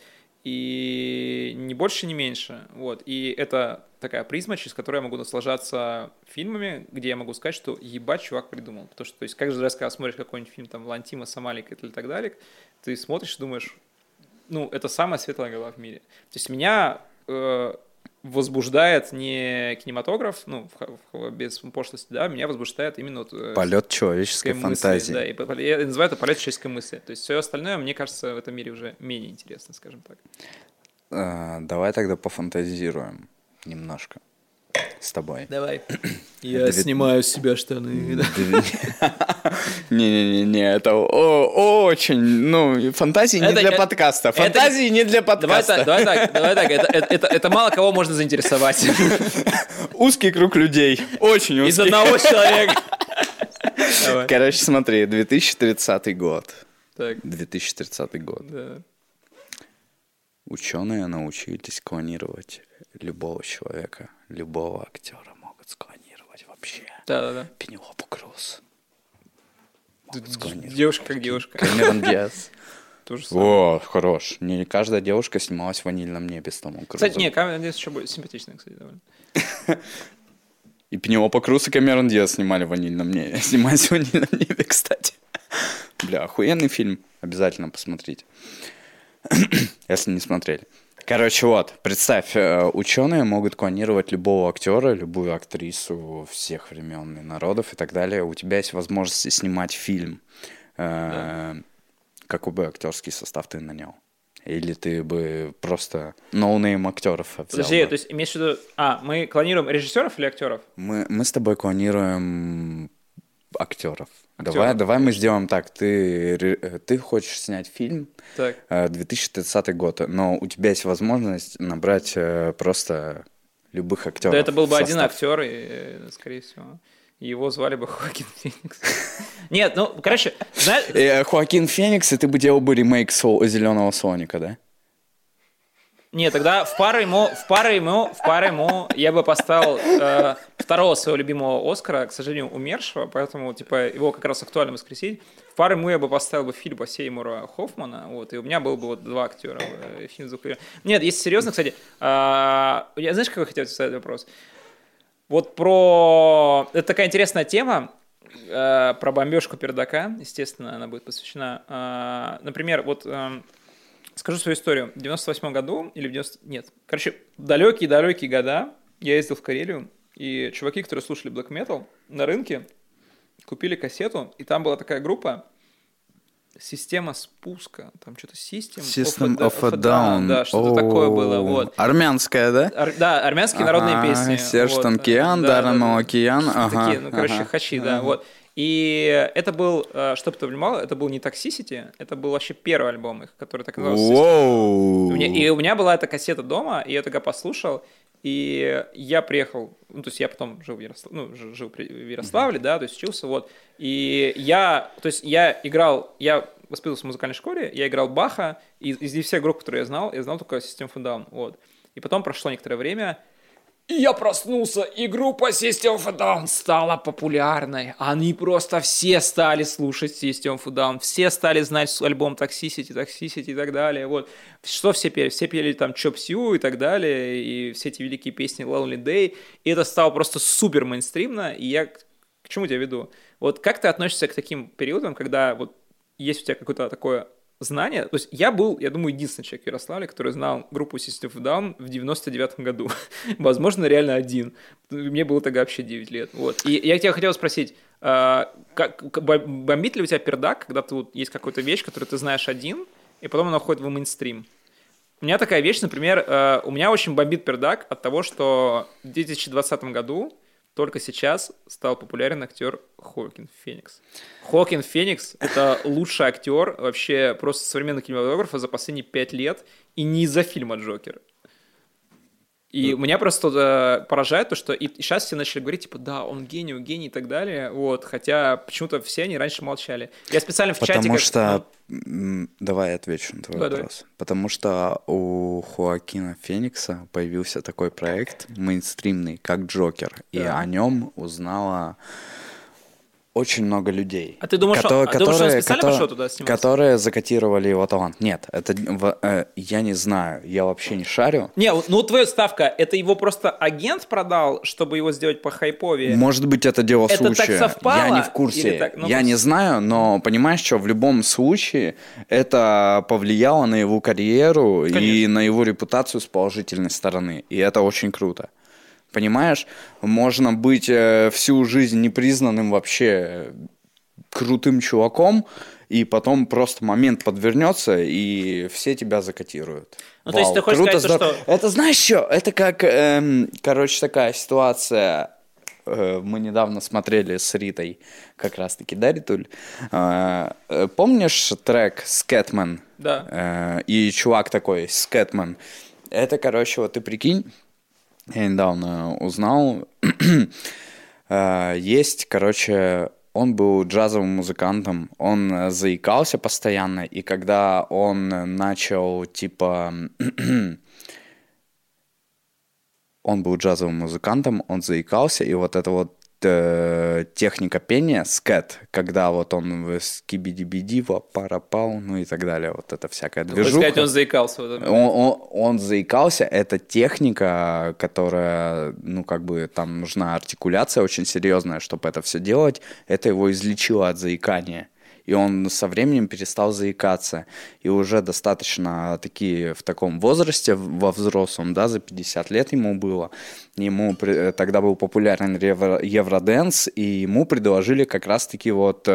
И не больше, не меньше. Вот. И это такая призма, через которую я могу наслаждаться фильмами, где я могу сказать, что ебать, чувак придумал. Потому что, то есть, каждый раз, когда смотришь какой-нибудь фильм, там, Лантима, Самалик и так далее, ты смотришь и думаешь, ну, это самая светлая голова в мире. То есть, меня возбуждает не кинематограф, ну, без пошлости, да, меня возбуждает именно вот... полет человеческой фантазии. Да, и я называю это полет человеческой мысли. То есть все остальное, мне кажется, в этом мире уже менее интересно, скажем так. Давай тогда пофантазируем немножко с тобой. Давай. Я снимаю с себя штаны. Не-не-не, это очень, ну, фантазии не для подкаста. Фантазии не для подкаста. Давай так, это мало кого можно заинтересовать. Узкий круг людей, очень узкий. Из одного человека. Короче, смотри, 2030 год. Так. 2030 год. Да. Ученые научились клонировать любого человека, любого актера могут склонировать вообще. Да. Пенелопу Круз. Девушка как девушка. Кэмерон Диаз. То же самое. О, хорош. Не каждая девушка снималась в «Ванильном небе» с Томом Крузом. Кстати, не, Кэмерон Диаз еще более симпатичная, кстати, довольно. И Пенелопа Круз и Кэмерон Диаз снимали в «Ванильном небе». Снимались в «Ванильном небе», кстати. Бля, охуенный фильм. Обязательно посмотрите. Если не смотрели. Короче, вот, представь, ученые могут клонировать любого актера, любую актрису всех времен и народов и так далее. У тебя есть возможность снимать фильм. Какой бы актерский состав ты нанял? Или ты бы просто ноунейм актеров взял? Подожди, то есть имеешь в виду... мы клонируем режиссеров или актеров? Мы с тобой клонируем актеров. Давай мы сделаем так. Ты хочешь снять фильм, так. 2030 год, но у тебя есть возможность набрать просто любых актеров. Да, это был бы один актер, и, скорее всего. Его звали бы Хоакин Феникс. Нет, ну, короче, знаешь... Хоакин Феникс, и ты бы делал бы ремейк «Зеленого слоника», да? Нет, тогда в пару ему я бы поставил второго своего любимого Оскара, к сожалению, умершего, поэтому, типа, его как раз актуально воскресить. В пару ему я бы поставил бы Филиппа Сеймура Хоффмана, вот, и у меня был бы вот два актера в фильме «Звук». Нет, если серьезно, кстати, знаешь, какой хотел задать вопрос? Вот это такая интересная тема, про бомбежку пердака, естественно, она будет посвящена. Например, вот... Скажу свою историю. В 98 году или в 90... Нет. Короче, далекие-далекие года я ездил в Карелию, и чуваки, которые слушали Black Metal, на рынке купили кассету, и там была такая группа «Система спуска». Там что-то System of a Down. Да, что-то такое было. Вот. Армянская, да? Да, армянские народные песни. Серж Танкиян, Даррен Малакиян. Такие, ну, короче, хачи, да, вот. И это был, чтобы ты понимал, это был не Toxicity, это был вообще первый альбом их, который так назывался. И у меня была эта кассета дома, и я тогда послушал, и я приехал, ну, то есть я потом жил в Ярославле, да, то есть учился, вот, и я воспитывался в музыкальной школе, я играл Баха, и из всех групп, которые я знал только System of a Down, вот. И потом прошло некоторое время, и я проснулся, и группа System of a Down стала популярной. Они просто все стали слушать System of a Down, все стали знать альбом Toxicity и так далее, вот. Что все пели? Все пели там Chop Suey и так далее, и все эти великие песни Lonely Day, и это стало просто супер мейнстримно, и я к чему тебя веду? Вот как ты относишься к таким периодам, когда вот есть у тебя какое-то такое знание? То есть я был, я думаю, единственный человек в Ярославле, который знал группу System of a Down в 99-м году. Возможно, реально один. Мне было тогда вообще 9 лет. Вот. И я тебя хотел спросить, бомбит ли у тебя пердак, когда есть какая-то вещь, которую ты знаешь один, и потом она уходит в мейнстрим? У меня такая вещь, например, у меня очень бомбит пердак от того, что в 2020 году только сейчас стал популярен актер Хоакин Феникс. Хоакин Феникс — это лучший актер вообще просто современного кинематографа за последние 5 лет, и не из-за фильма «Джокер». И меня просто поражает то, что и сейчас все начали говорить, типа, да, он гений и так далее, вот, хотя почему-то все они раньше молчали. Я специально в чате... Потому что... Давай я отвечу на твой вопрос. Давай. Потому что у Хоакина Феникса появился такой проект мейнстримный, как «Джокер», и о нем узнала очень много людей. А ты думаешь, что он специально пошел туда сниматься? Которые закатировали его талант. Нет, это я не знаю, я вообще не шарю. Не, ну твоя ставка, это его просто агент продал, чтобы его сделать по хайповее? Может быть, это дело случая. Это так совпало? Я не в курсе. Я не знаю, но понимаешь, что в любом случае это повлияло на его карьеру. Конечно. И на его репутацию с положительной стороны. И это очень круто. Понимаешь, можно быть всю жизнь непризнанным вообще крутым чуваком, и потом просто момент подвернется, и все тебя закатируют. Ну, то есть ты хочешь сказать, что... Это знаешь что? Это как, короче, такая ситуация... Мы недавно смотрели с Ритой как раз-таки, да, Ритуль? Помнишь трек «Скэтмен»? Да. И чувак такой «Скэтмен». Это, короче, вот ты прикинь, я недавно узнал, есть, короче, он был джазовым музыкантом, он заикался постоянно, и когда он начал, типа, он был джазовым музыкантом, он заикался, и вот это вот техника пения, скэт, когда вот он скибиди-биди, парапау, ну и так далее, вот это всякая движуха. Можно сказать, он заикался. Он заикался, это техника, которая, ну как бы там нужна артикуляция очень серьезная, чтобы это все делать, это его излечило от заикания. И он со временем перестал заикаться. И уже достаточно такие в таком возрасте, во взрослом, да, за 50 лет ему было. Ему тогда был популярен Евроденс, и ему предложили как раз-таки вот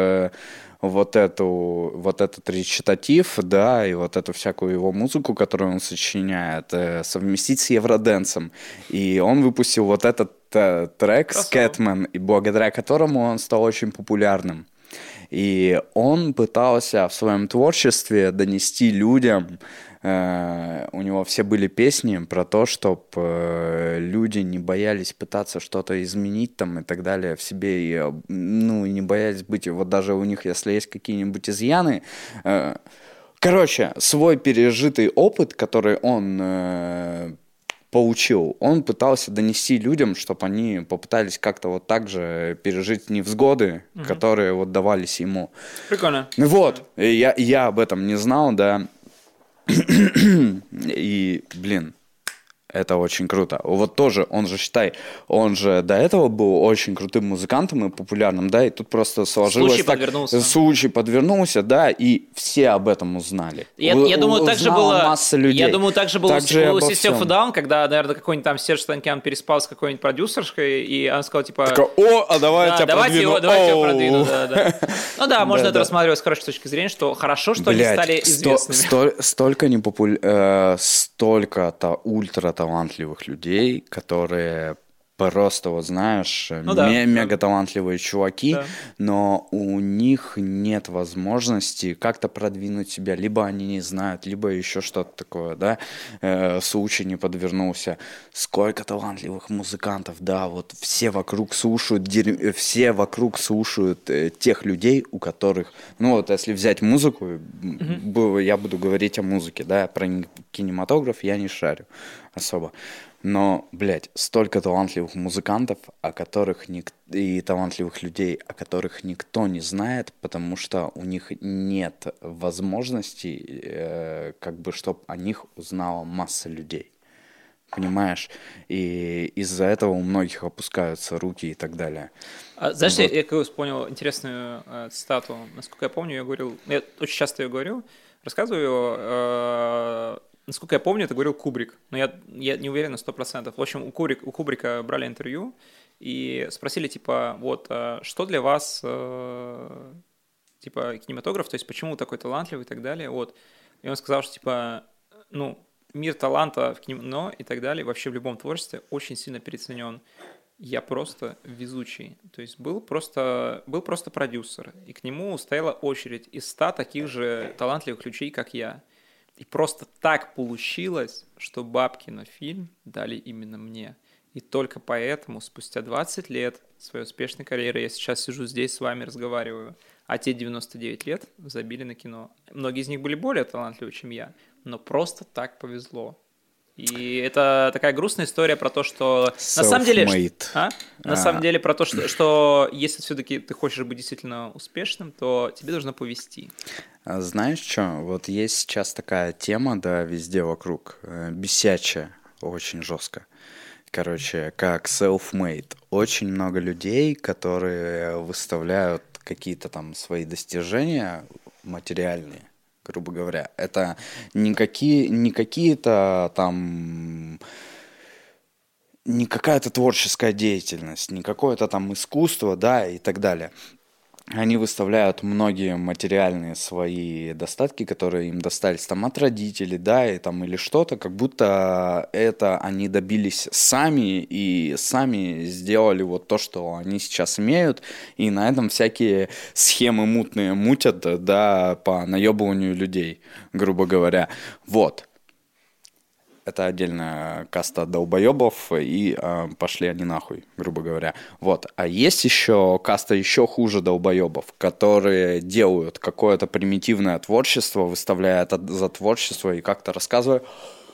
этот речитатив, да, и вот эту всякую его музыку, которую он сочиняет, совместить с Евроденсом. И он выпустил вот этот трек «Скэтмен», и благодаря которому он стал очень популярным. И он пытался в своем творчестве донести людям, у него все были песни про то, чтобы люди не боялись пытаться что-то изменить там и так далее в себе, и, ну, не боялись быть, вот даже у них, если есть какие-нибудь изъяны, короче, свой пережитый опыт, который он получил, он пытался донести людям, чтобы они попытались как-то вот так же пережить невзгоды, которые вот давались ему. Прикольно. Вот, я об этом не знал, да, и, блин, это очень круто. Вот тоже, он же, считай, он же до этого был очень крутым музыкантом и популярным, да, и тут просто сложилось случай подвернулся. Случай подвернулся, да, и все об этом узнали. Я думаю, так же было. Масса людей. Я думаю, так же было у System of a Down, когда, наверное, какой-нибудь там Серж Танкян переспал с какой-нибудь продюсершей, и она сказала, типа... давай я тебя продвину. Давайте его продвину, да. Ну да, можно это рассматривать с хорошей точки зрения, что хорошо, что они стали известными. Столько-то ультра талантливых людей, которые просто, вот знаешь, да. мега талантливые чуваки, Да. но у них нет возможности как-то продвинуть себя. Либо они не знают, либо еще что-то такое, да, случай не подвернулся. Сколько талантливых музыкантов, да, вот все вокруг слушают, тех людей, у которых, ну вот если взять музыку, я буду говорить о музыке, да, про кинематограф я не шарю особо. Но, блядь, столько талантливых музыкантов, и талантливых людей, о которых никто не знает, потому что у них нет возможности, как бы, чтобы о них узнала масса людей. Понимаешь? И из-за этого у многих опускаются руки и так далее. Знаешь, вот. Я как раз понял интересную цитату. Насколько я помню, я очень часто ее говорю, рассказываю. Насколько я помню, это говорил Кубрик, но я не уверен на 100%. В общем, у Кубрика брали интервью и спросили, типа, вот, что для вас, типа, кинематограф, то есть почему такой талантливый и так далее, вот. И он сказал, что, типа, ну, мир таланта в кино и так далее, вообще в любом творчестве очень сильно переоценен. Я просто везучий. То есть был просто продюсер, и к нему стояла очередь из 100 таких же талантливых людей, как я. И просто так получилось, что бабки на фильм дали именно мне. И только поэтому спустя 20 лет своей успешной карьеры я сейчас сижу здесь с вами, разговариваю. А те 99 лет забили на кино. Многие из них были более талантливы, чем я, но просто так повезло. И это такая грустная история про то, что на самом деле про то, что если все-таки ты хочешь быть действительно успешным, то тебе должно повезти. Знаешь что, вот есть сейчас такая тема, да, везде вокруг, бесячая, очень жестко. Короче, как self-made. Очень много людей, которые выставляют какие-то там свои достижения материальные, грубо говоря. Это не какие-то там... Не какая-то творческая деятельность, не какое-то там искусство, да, и так далее. Они выставляют многие материальные свои достатки, которые им достались там от родителей, да, и там или что-то, как будто это они добились сами и сами сделали вот то, что они сейчас имеют, и на этом всякие схемы мутные мутят, да, по наебыванию людей, грубо говоря. Вот. Это отдельная каста долбоебов, и пошли они нахуй, грубо говоря. Вот. А есть еще каста еще хуже долбоебов, которые делают какое-то примитивное творчество, выставляя это за творчество и как-то рассказывая,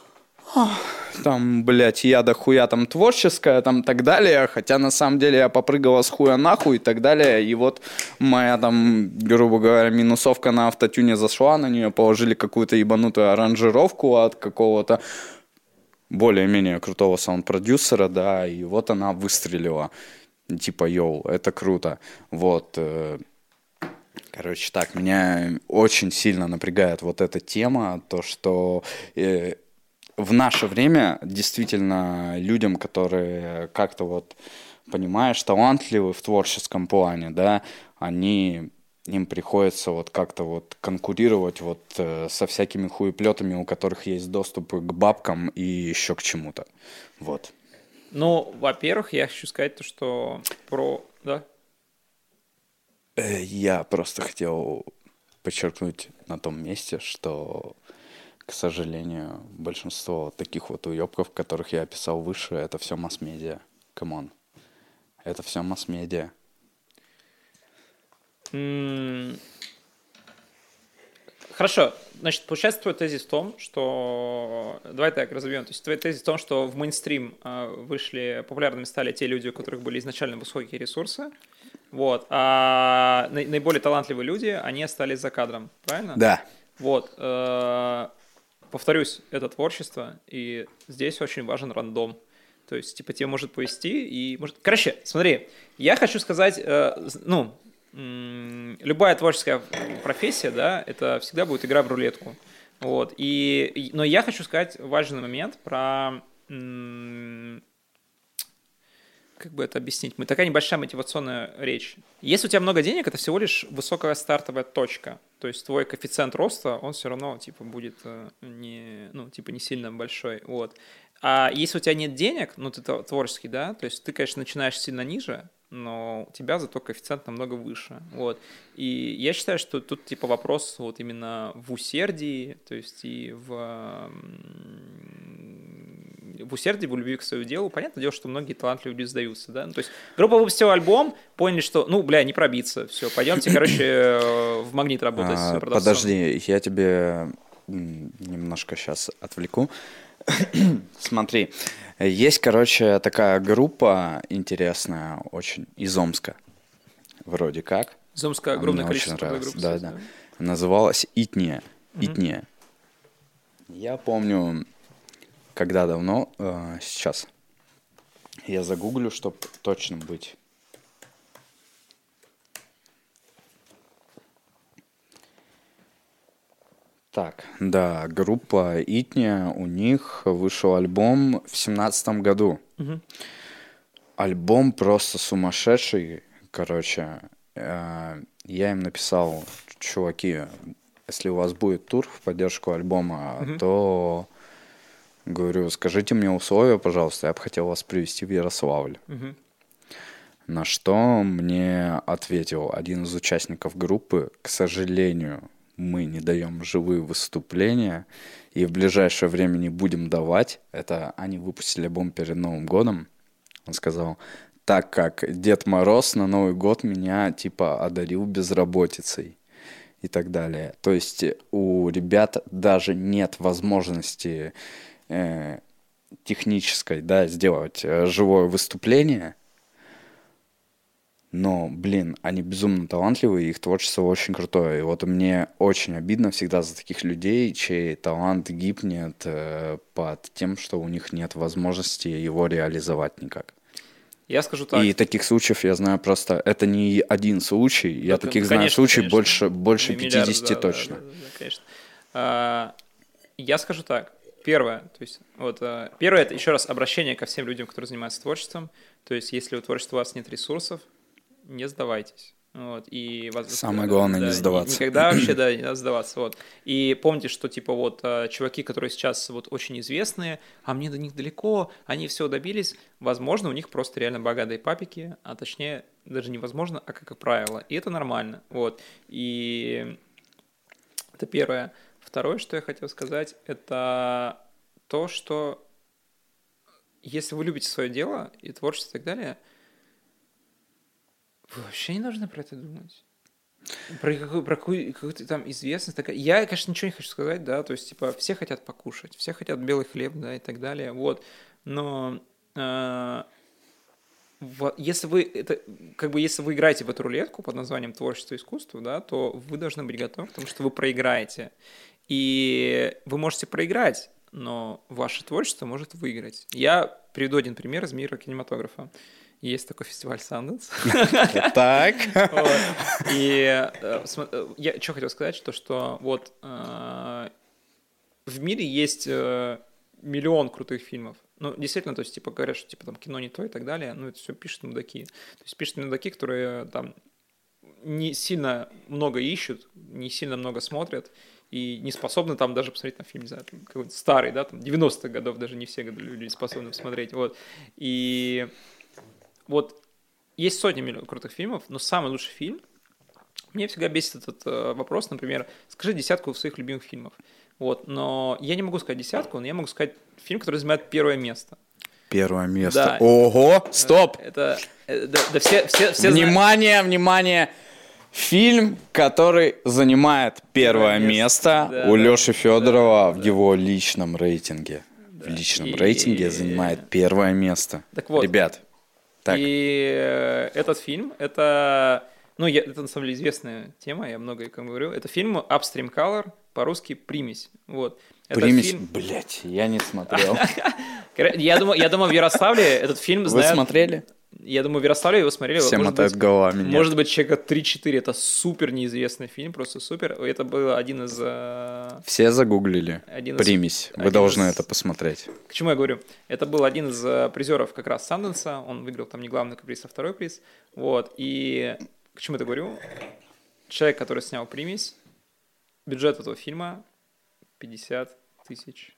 там, блядь, я дохуя там творческая, там, так далее, хотя на самом деле я попрыгала с хуя нахуй и так далее, и вот моя там, грубо говоря, минусовка на автотюне зашла, на нее положили какую-то ебанутую аранжировку от какого-то более-менее крутого саунд-продюсера, да, и вот она выстрелила, типа, йоу, это круто, вот. Короче, так, меня очень сильно напрягает вот эта тема, то, что в наше время действительно людям, которые как-то вот, понимаешь, талантливы в творческом плане, да, им приходится вот как-то вот конкурировать вот со всякими хуеплетами, у которых есть доступ к бабкам и еще к чему-то, вот. Ну, во-первых, я хочу сказать то, что Да? Я просто хотел подчеркнуть на том месте, что, к сожалению, большинство таких вот уебков, которых я описал выше, это все масс-медиа. Камон. Это все масс-медиа. Хорошо. Значит, получается, твой тезис в том, что... Давай так разовьем. То есть твой тезис в том, что в мейнстрим вышли, популярными стали те люди, у которых были изначально высокие ресурсы, вот, а наиболее талантливые люди, они остались за кадром, правильно? Да. Вот. Повторюсь, это творчество, и здесь очень важен рандом. То есть, типа, тебе может повезти и... Короче, смотри, я хочу сказать, любая творческая профессия, да, это всегда будет игра в рулетку. Вот. Но я хочу сказать важный момент про как бы это объяснить? Такая небольшая мотивационная речь. Если у тебя много денег, это всего лишь высокая стартовая точка. То есть твой коэффициент роста, он все равно типа будет не сильно большой. Вот. А если у тебя нет денег, ты творческий, да, то есть ты, конечно, начинаешь сильно ниже, но у тебя зато коэффициент намного выше. Вот. И я считаю, что тут типа вопрос вот именно в усердии, то есть и в усердии, в любви к своему делу. Понятное дело, что многие талантливые люди сдаются, да. То есть группа выпустила альбом, поняли, что, не пробиться, все, пойдемте, короче, в Магнит работать с продавцом. Подожди, я тебе немножко сейчас отвлеку. Смотри, есть, короче, такая группа интересная, очень, из Омска, вроде как. Из Омска огромное количество такой группы. Да. Называлась Итния. Итния. Я помню, когда давно, сейчас, я загуглю, чтобы точно быть. Так, да, группа Итния, у них вышел альбом в 17 году. Альбом просто сумасшедший, короче. Я им написал, чуваки, если у вас будет тур в поддержку альбома, то, говорю, скажите мне условия, пожалуйста, я бы хотел вас привезти в Ярославль. На что мне ответил один из участников группы: к сожалению, мы не даем живые выступления, и в ближайшее время не будем давать. Это они выпустили альбом перед Новым годом. Он сказал, так как Дед Мороз на Новый год меня типа одарил безработицей и так далее. То есть у ребят даже нет возможности технической, да, сделать живое выступление. Но, они безумно талантливые, их творчество очень крутое. И вот мне очень обидно всегда за таких людей, чей талант гибнет под тем, что у них нет возможности его реализовать никак. Я скажу так. И таких случаев я знаю просто... Это не один случай. Я таких знаю случаев больше 50 точно. Да, конечно. Я скажу так. Первое, то есть, первое, это еще раз обращение ко всем людям, которые занимаются творчеством. То есть, если у творчества у вас нет ресурсов, не сдавайтесь. И самое главное, не сдаваться. Никогда вообще, не надо сдаваться. И помните, что чуваки, которые сейчас очень известные, а мне до них далеко, они все добились, возможно, у них просто реально богатые папики, а точнее, даже невозможно, а как правило. И это нормально. И это первое. Второе, что я хотел сказать, это то, что если вы любите свое дело и творчество и так далее, вы вообще не должны про это думать. Про какую-то там известность. Я, конечно, ничего не хочу сказать, да, то есть, все хотят покушать, все хотят белый хлеб, да, и так далее, Но если вы играете в эту рулетку под названием творчество и искусство, да, то вы должны быть готовы к тому, что вы проиграете. И вы можете проиграть, но ваше творчество может выиграть. Я приведу один пример из мира кинематографа. Есть такой фестиваль Sundance. Так. И я что хотел сказать, что в мире есть миллион крутых фильмов. Действительно, то есть, говорят, что там кино не то и так далее, это все пишут мудаки. То есть пишут мудаки, которые там не сильно много ищут, не сильно много смотрят и не способны там даже посмотреть на фильм, не знаю, какой-то старый, да, там 90-х годов, даже не все люди способны посмотреть, И есть сотни миллионов крутых фильмов, но самый лучший фильм, мне всегда бесит этот вопрос, например, скажи десятку своих любимых фильмов. Но я не могу сказать десятку, но я могу сказать фильм, который занимает первое место. Первое место. Да. Ого, стоп! Все Внимание! Фильм, который занимает первое место у Лёши Фёдорова в его личном рейтинге. В личном рейтинге занимает первое место. Так вот. Ребят. Так. И этот фильм, это на самом деле известная тема, я много кому говорю. Это фильм Upstream Color, по-русски «Примесь». «Примесь», блять, я не смотрел. Я думаю, в Ярославле этот фильм знают... Вы смотрели? Я думаю, в Ярославле его смотрели. Все мотают головами. Может быть, человека 3-4. Это супер неизвестный фильм, просто супер. Это был один из... Все загуглили. Примесь. Вы должны это посмотреть. К чему я говорю? Это был один из призеров как раз Санденса. Он выиграл там не главный приз, а второй приз. Вот. И к чему это говорю? Человек, который снял «Примесь», бюджет этого фильма $50 тысяч.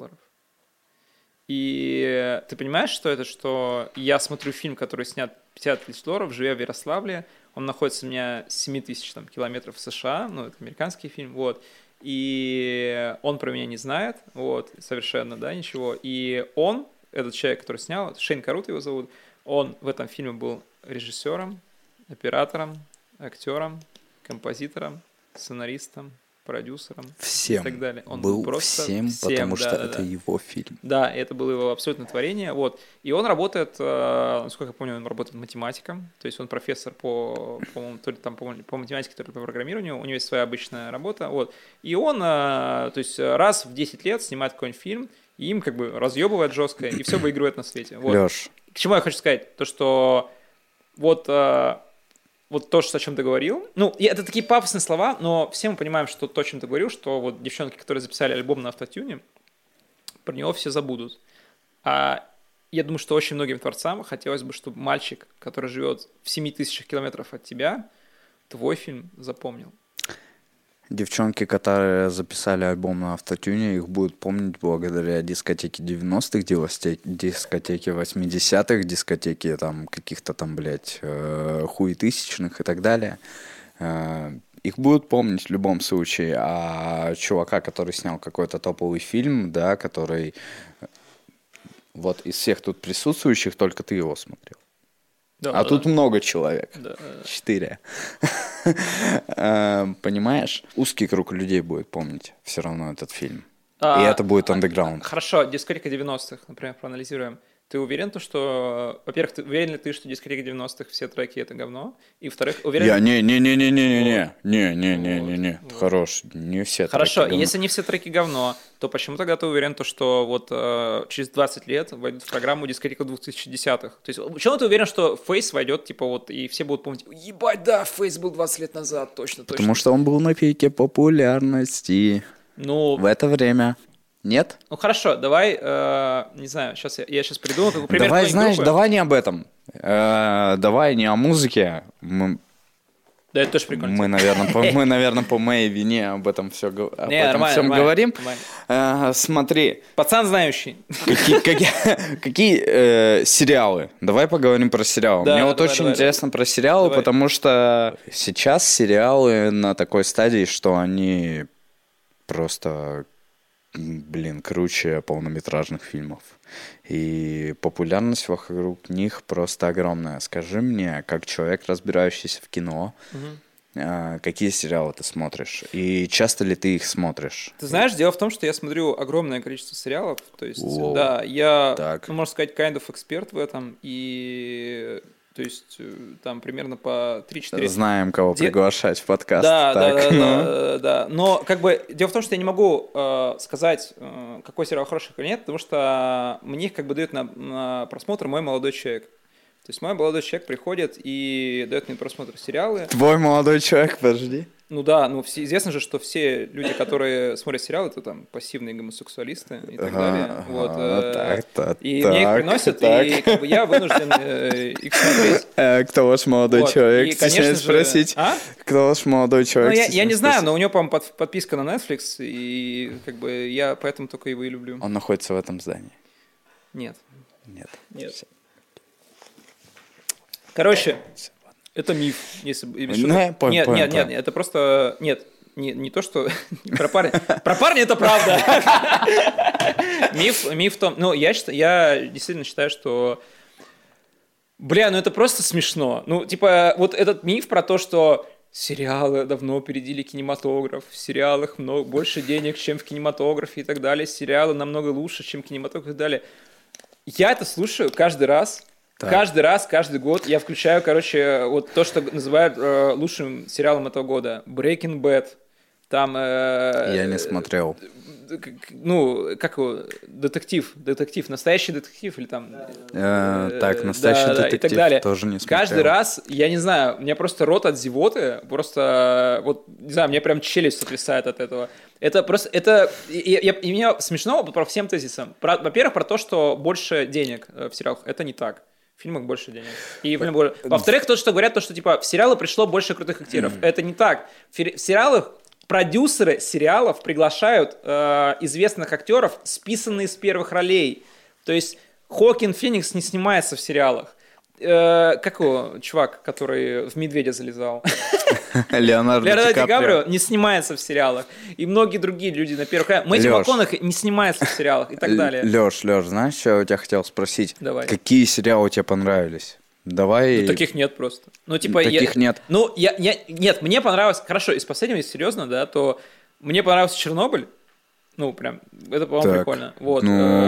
И ты понимаешь, что это? Что я смотрю фильм, который снят $50 тысяч, живя в Ярославле. Он находится у меня 7 тысяч километров в США. Ну, это американский фильм. Вот. И он про меня не знает. Вот. Совершенно, да, ничего. И он, этот человек, который снял, Шейн Карут его зовут, он в этом фильме был режиссером, оператором, актером, композитором, сценаристом, продюсером всем. И так далее. Он был просто всем, потому что это его фильм. Да, это было его абсолютное творение. Вот. И он работает, насколько я помню, он работает математиком, то есть он профессор по-моему, то ли там по математике, то ли по программированию, у него есть своя обычная работа. Вот. И он, то есть раз в 10 лет снимает какой-нибудь фильм, и им как бы разъебывает жестко, и все выигрывает на свете. Вот. Лёш. К чему я хочу сказать? То, что вот то, о чем ты говорил. Ну, это такие пафосные слова, но все мы понимаем, что то, о чем ты говорил, что вот девчонки, которые записали альбом на автотюне, про него все забудут. А я думаю, что очень многим творцам хотелось бы, чтобы мальчик, который живет в 7 тысячах километров от тебя, твой фильм запомнил. Девчонки, которые записали альбом на автотюне, их будут помнить благодаря дискотеке 90-х, дискотеке 80-х, дискотеке там каких-то там, блядь, хуетысячных и так далее. Их будут помнить в любом случае. А чувака, который снял какой-то топовый фильм, да, который... Вот из всех тут присутствующих только ты его смотрел. Да, тут много человек. Да. 4. Понимаешь? Узкий круг людей будет помнить все равно этот фильм. И это будет андеграунд. Хорошо, дискотека 90-х, например, проанализируем. Ты уверен, что... Во-первых, уверен ли ты, что дискотека 90-х все треки — это говно? И, во-вторых, уверен... Не. Хорош, не все треки говно. Хорошо, если не все треки говно, то почему тогда ты уверен, что вот через 20 лет войдут в программу дискотека 2010-х? То есть почему ты уверен, что Фейс войдет, типа вот, и все будут помнить, ебать, да, Фейс был 20 лет назад, точно. Потому что он был на пике популярности в это время. Нет? Ну хорошо, давай, не знаю, сейчас я сейчас придумал такой пример. Давай, знаешь, давай не об этом. Давай не о музыке. Да, это тоже прикольно. Мы, наверное, по моей вине об этом все говорим. Смотри. Пацан знающий. Какие сериалы? Давай поговорим про сериалы. Мне вот очень интересно про сериалы, потому что сейчас сериалы на такой стадии, что они просто... круче полнометражных фильмов. И популярность вокруг них просто огромная. Скажи мне, как человек, разбирающийся в кино, какие сериалы ты смотришь? И часто ли ты их смотришь? Ты знаешь, дело в том, что я смотрю огромное количество сериалов. То есть, да, я, можно сказать, kind of эксперт в этом. И... То есть там примерно по 3-4... Знаем, кого приглашать в подкаст. Да. Но как бы дело в том, что я не могу сказать, какой сериал хороший или нет, потому что мне их как бы дают на просмотр мой молодой человек. То есть мой молодой человек приходит и дает мне просмотр сериалы. Твой молодой человек, подожди. Ну да, известно же, что все люди, которые смотрят сериалы, это там пассивные гомосексуалисты и так далее. Вот, и мне их приносят, и как бы я вынужден их смотреть. Кто ваш молодой человек? И, конечно же... спросить, кто ваш молодой человек? Ну, я не знаю, но у него, по-моему, подписка на Netflix, и как бы я поэтому только его и люблю. Он находится в этом здании? Нет. Нет. Короче, это миф. Если... Нет, это просто... Нет, не то, что... Про парня. Про парня это правда. Миф в том... Ну, я действительно считаю, что... Бля, ну это просто смешно. Ну, типа, вот этот миф про то, что сериалы давно опередили кинематограф, в сериалах больше денег, чем в кинематографе и так далее, сериалы намного лучше, чем кинематограф и так далее. Я это слушаю каждый раз. Так. Каждый год я включаю, вот то, что называют лучшим сериалом этого года. Breaking Bad. Там... я не смотрел. ну, как его, детектив, настоящий детектив или там... Так, настоящий детектив и так далее. Тоже не смотрел. Каждый раз, я не знаю, у меня просто рот от зевоты, просто, вот, не знаю, мне прям челюсть сотрясает от этого. Это просто, и мне смешно по всем тезисам. Во-первых, про то, что больше денег в сериалах, это не так. В фильмах больше денег. И, во-вторых, то, что говорят, то, что, типа, в сериалы пришло больше крутых актеров. Это не так. В сериалах продюсеры сериалов приглашают известных актеров, списанные с первых ролей. То есть Хоакин Феникс не снимается в сериалах. Как его чувак, который в «Медведя» залезал? Леонардо Ди Каприо не снимается в сериалах. И многие другие люди на первых ролях. Мэтью МакКонахи не снимается в сериалах и так далее. Лёш, знаешь, что я у тебя хотел спросить? Давай. Какие сериалы тебе понравились? Давай. Ну, таких нет просто. Ну, типа, таких нет. Ну, нет, мне понравилось. Хорошо, из последнего, если серьезно, да, то мне понравился «Чернобыль». Ну, прям, это, по-моему, прикольно. Вот.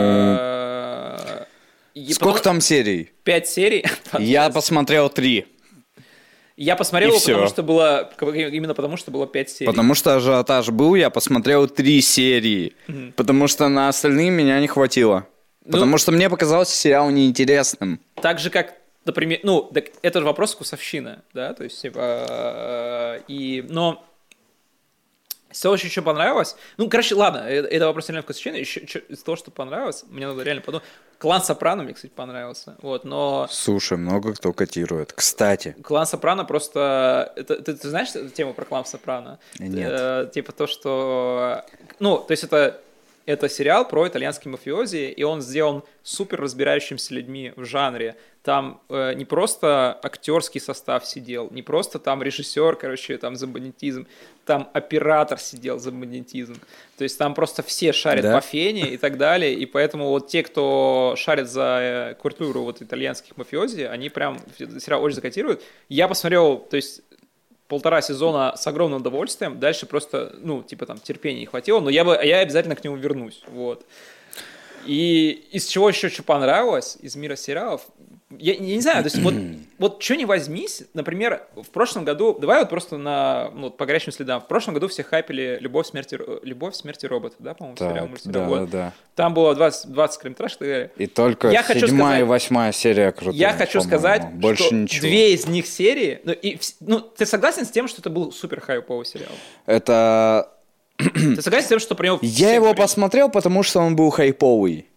Сколько там серий? 5 серий. Я посмотрел 3. Я посмотрел его, именно потому, что было 5 серий. Потому что ажиотаж был, я посмотрел 3 серии. Потому что на остальные меня не хватило. Потому что мне показался сериал неинтересным. Так же, как, например, ну, так это же вопрос вкусовщины, да, то есть, типа, но... Все еще понравилось. Ну, короче, ладно, это вопрос реально вкусовщины. Еще из того, что понравилось, мне надо реально подумать. «Клан Сопрано» мне, кстати, понравился. Вот, но... Слушай, много кто котирует. Кстати. «Клан Сопрано» просто... Ты знаешь эту тему про «Клан Сопрано»? Нет. Типа то, что... Ну, то есть это сериал про итальянские мафиози, и он сделан супер разбирающимся людьми в жанре. Там не просто актерский состав сидел, не просто там режиссер, короче, там за бандитизм, там оператор сидел за бандитизм. То есть там просто все шарят по фене и так далее, и поэтому вот те, кто шарит за культуру вот итальянских мафиози, они прям сериал очень закатируют. Я посмотрел, то есть 1,5 сезона с огромным удовольствием, дальше просто, ну, типа там терпения не хватило, но я обязательно к нему вернусь, вот. И из чего еще что понравилось, из мира сериалов, я не знаю, то есть вот что не возьмись, например, в прошлом году, давай вот просто по горячим следам, в прошлом году все хайпили «Любовь, смерти робота», да, по-моему, сериал мультсериал. Да. Там было 20 короткометражек и так далее. И только 7-я и 8-я серия крутые. Я хочу сказать, больше что ничего. 2 из них серии, ты согласен с тем, что это был супер хайповый сериал? Это... Ты согласен с тем, что про него... Я его посмотрел, потому что он был хайповый.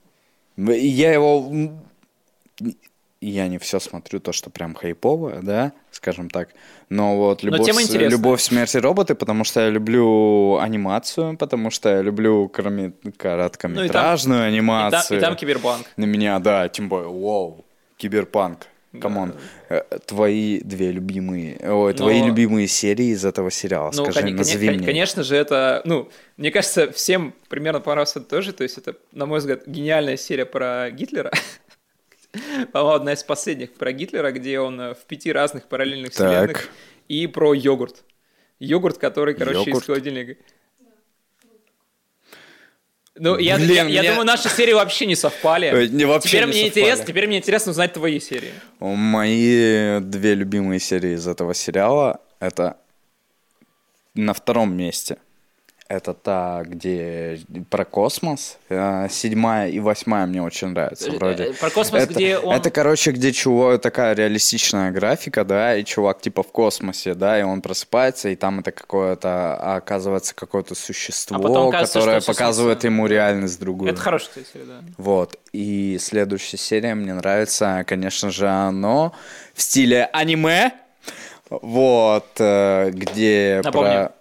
Я не все смотрю, то, что прям хайповое, да, скажем так. Но вот «Любовь, смерть и роботы», потому что я люблю анимацию, потому что я люблю короткометражную анимацию. И там киберпанк. На меня, да, тем более, киберпанк. Камон, твои любимые серии из этого сериала, скажи, назови мне. Конечно же, это, мне кажется, всем примерно понравился тоже, то есть это, на мой взгляд, гениальная серия про Гитлера. По-моему, одна из последних про Гитлера, где он в 5 разных параллельных вселенных, и про йогурт. Йогурт, который, короче, из холодильника. Я думаю, наши серии вообще не совпали. Теперь мне интересно узнать твои серии. Мои 2 любимые серии из этого сериала — это на 2-м месте. Это та, где про космос. 7-я и 8-я мне очень нравятся. Вроде. Про космос, где он... Это, короче, где такая реалистичная графика, да, и чувак типа в космосе, да, и он просыпается, и там это оказывается какое-то существо, которое показывает ему реальность другую. Это хорошая серия, да. Вот. И следующая серия мне нравится, конечно же, оно в стиле аниме. Вот, где Напомню.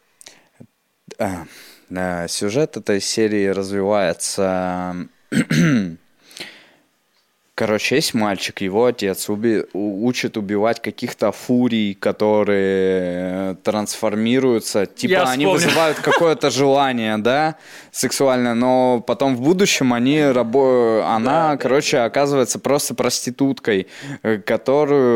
Сюжет этой серии развивается... Короче, есть мальчик, его отец учит убивать каких-то фурий, которые трансформируются. Типа они вызывают какое-то желание, да, сексуальное, но потом в будущем она, оказывается просто проституткой,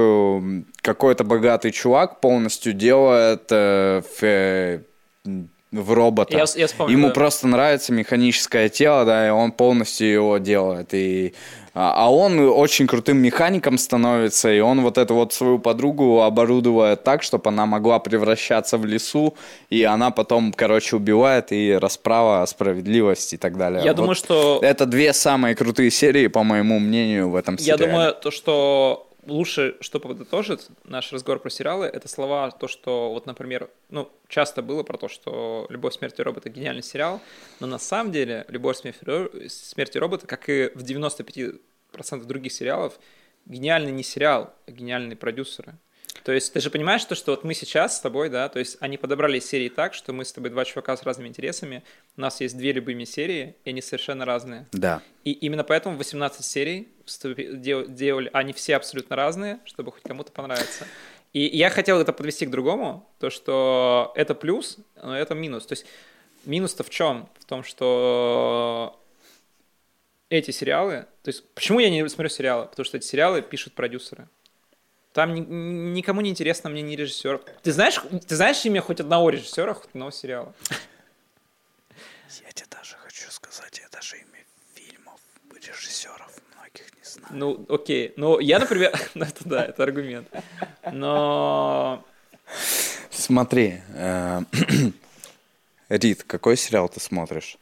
которую какой-то богатый чувак полностью делает в робота. Я вспомнил, Ему да. просто нравится механическое тело, да, и он полностью его делает. А он очень крутым механиком становится, и он вот эту вот свою подругу оборудует так, чтобы она могла превращаться в лису, и она потом, короче, убивает, и расправа, справедливость и так далее. Я думаю, что... Это 2 самые крутые серии, по моему мнению, в этом сериале. Я думаю, то, что лучше, что подытожит наш разговор про сериалы, это слова, то, что, вот, например, ну, часто было про то, что «Любовь, смерть и роботы» — гениальный сериал, но на самом деле «Любовь, смерть и роботы», как и в 95% других сериалов, гениальный не сериал, а гениальные продюсеры. То есть ты же понимаешь, что вот мы сейчас с тобой, да, то есть они подобрали серии так, что мы с тобой 2 чувака с разными интересами, у нас есть 2 любимые серии, и они совершенно разные. Да. И именно поэтому 18 серий делали, они все абсолютно разные, чтобы хоть кому-то понравиться. И я хотел это подвести к другому, то, что это плюс, но это минус. То есть минус-то в чем? В том, что эти сериалы... То есть почему я не смотрю сериалы? Потому что эти сериалы пишут продюсеры. Там никому не интересно, мне не режиссер. Ты знаешь имя хоть одного режиссера, хоть одного сериала? Я тебе даже хочу сказать, я даже имя фильмов режиссеров многих не знаю. Ну, окей. Ну, я, например... Это да, это аргумент. Но... Смотри, Рит, какой сериал ты смотришь?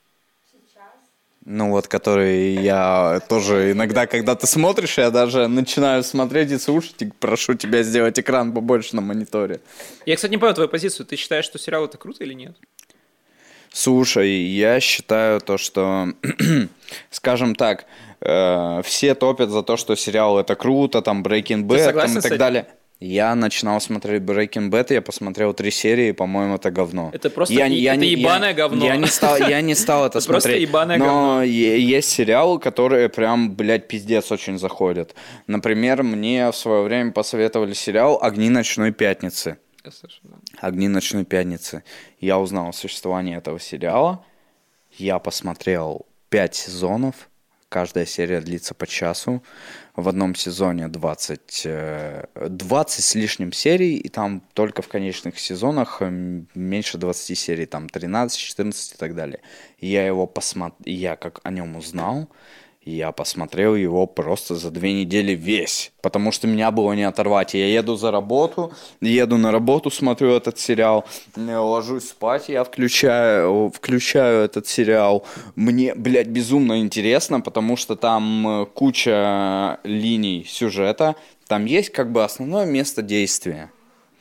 Ну вот, который я тоже иногда, когда ты смотришь, я даже начинаю смотреть и слушать, и прошу тебя сделать экран побольше на мониторе. Я, кстати, не понял твою позицию. Ты считаешь, что сериал это круто или нет? Слушай, я считаю то, что, скажем так, все топят за то, что сериал это круто, там Breaking Bad там, и так далее. Я начинал смотреть Breaking Bad, я посмотрел 3 серии, по-моему, это говно. Это просто ебаное говно. Я не стал это смотреть. Просто ебаное говно. Но есть сериалы, которые прям, блядь, пиздец очень заходят. Например, мне в свое время посоветовали сериал «Огни ночной пятницы». «Огни ночной пятницы». Я узнал о существовании этого сериала. Я посмотрел 5 сезонов. Каждая серия длится по часу. В одном сезоне 20 с лишним серий, и там только в конечных сезонах меньше 20 серий, там 13, 14 и так далее. Я как о нем узнал, я посмотрел его просто за 2 недели весь, потому что меня было не оторвать. Я еду на работу, смотрю этот сериал, ложусь спать, я включаю этот сериал. Мне, блядь, безумно интересно, потому что там куча линий сюжета, там есть как бы основное место действия.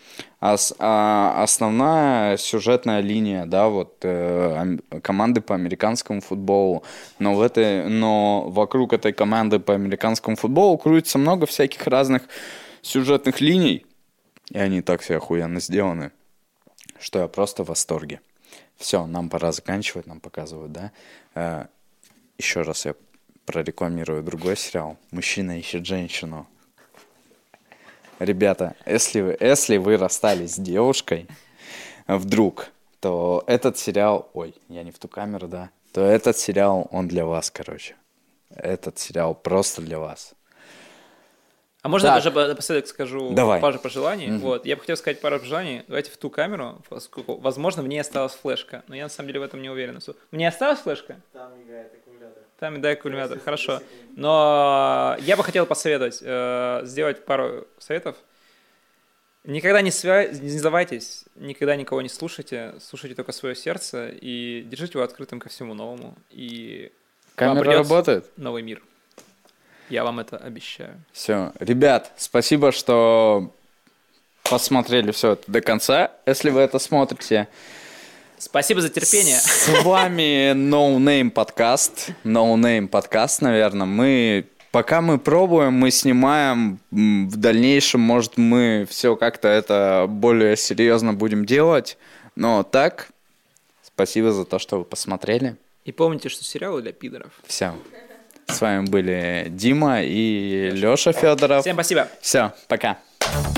Основная сюжетная линия, да, вот команды по американскому футболу, но вокруг этой команды по американскому футболу крутится много всяких разных сюжетных линий, и они так все охуенно сделаны, что я просто в восторге. Все, нам пора заканчивать, нам показывают, да. Еще раз я прорекламирую другой сериал «Мужчина ищет женщину». Ребята, если вы расстались с девушкой вдруг, то этот сериал... Ой, я не в ту камеру, да? То этот сериал, он для вас, короче. Этот сериал просто для вас. А можно я даже напоследок скажу пару пожеланий? Mm-hmm. Вот. Я бы хотел сказать пару пожеланий. Давайте в ту камеру, поскольку, возможно, в ней осталась флешка, но я на самом деле в этом не уверен. Мне осталась флешка? Там играет аккумулятор. Там мигает аккумулятор, хорошо. Но я бы хотел посоветовать, сделать пару советов. Никогда не сдавайтесь, никогда никого не слушайте, слушайте только свое сердце и держите его открытым ко всему новому. И камера работает? Новый мир. Я вам это обещаю. Все. Ребят, спасибо, что посмотрели все это до конца, если вы это смотрите. Спасибо за терпение. С вами No Name подкаст, наверное. Пока мы пробуем, мы снимаем. В дальнейшем, может, мы все как-то это более серьезно будем делать. Но так, спасибо за то, что вы посмотрели. И помните, что сериалы для пидоров. Все. С вами были Дима и Леша Федоров. Всем спасибо. Все, пока.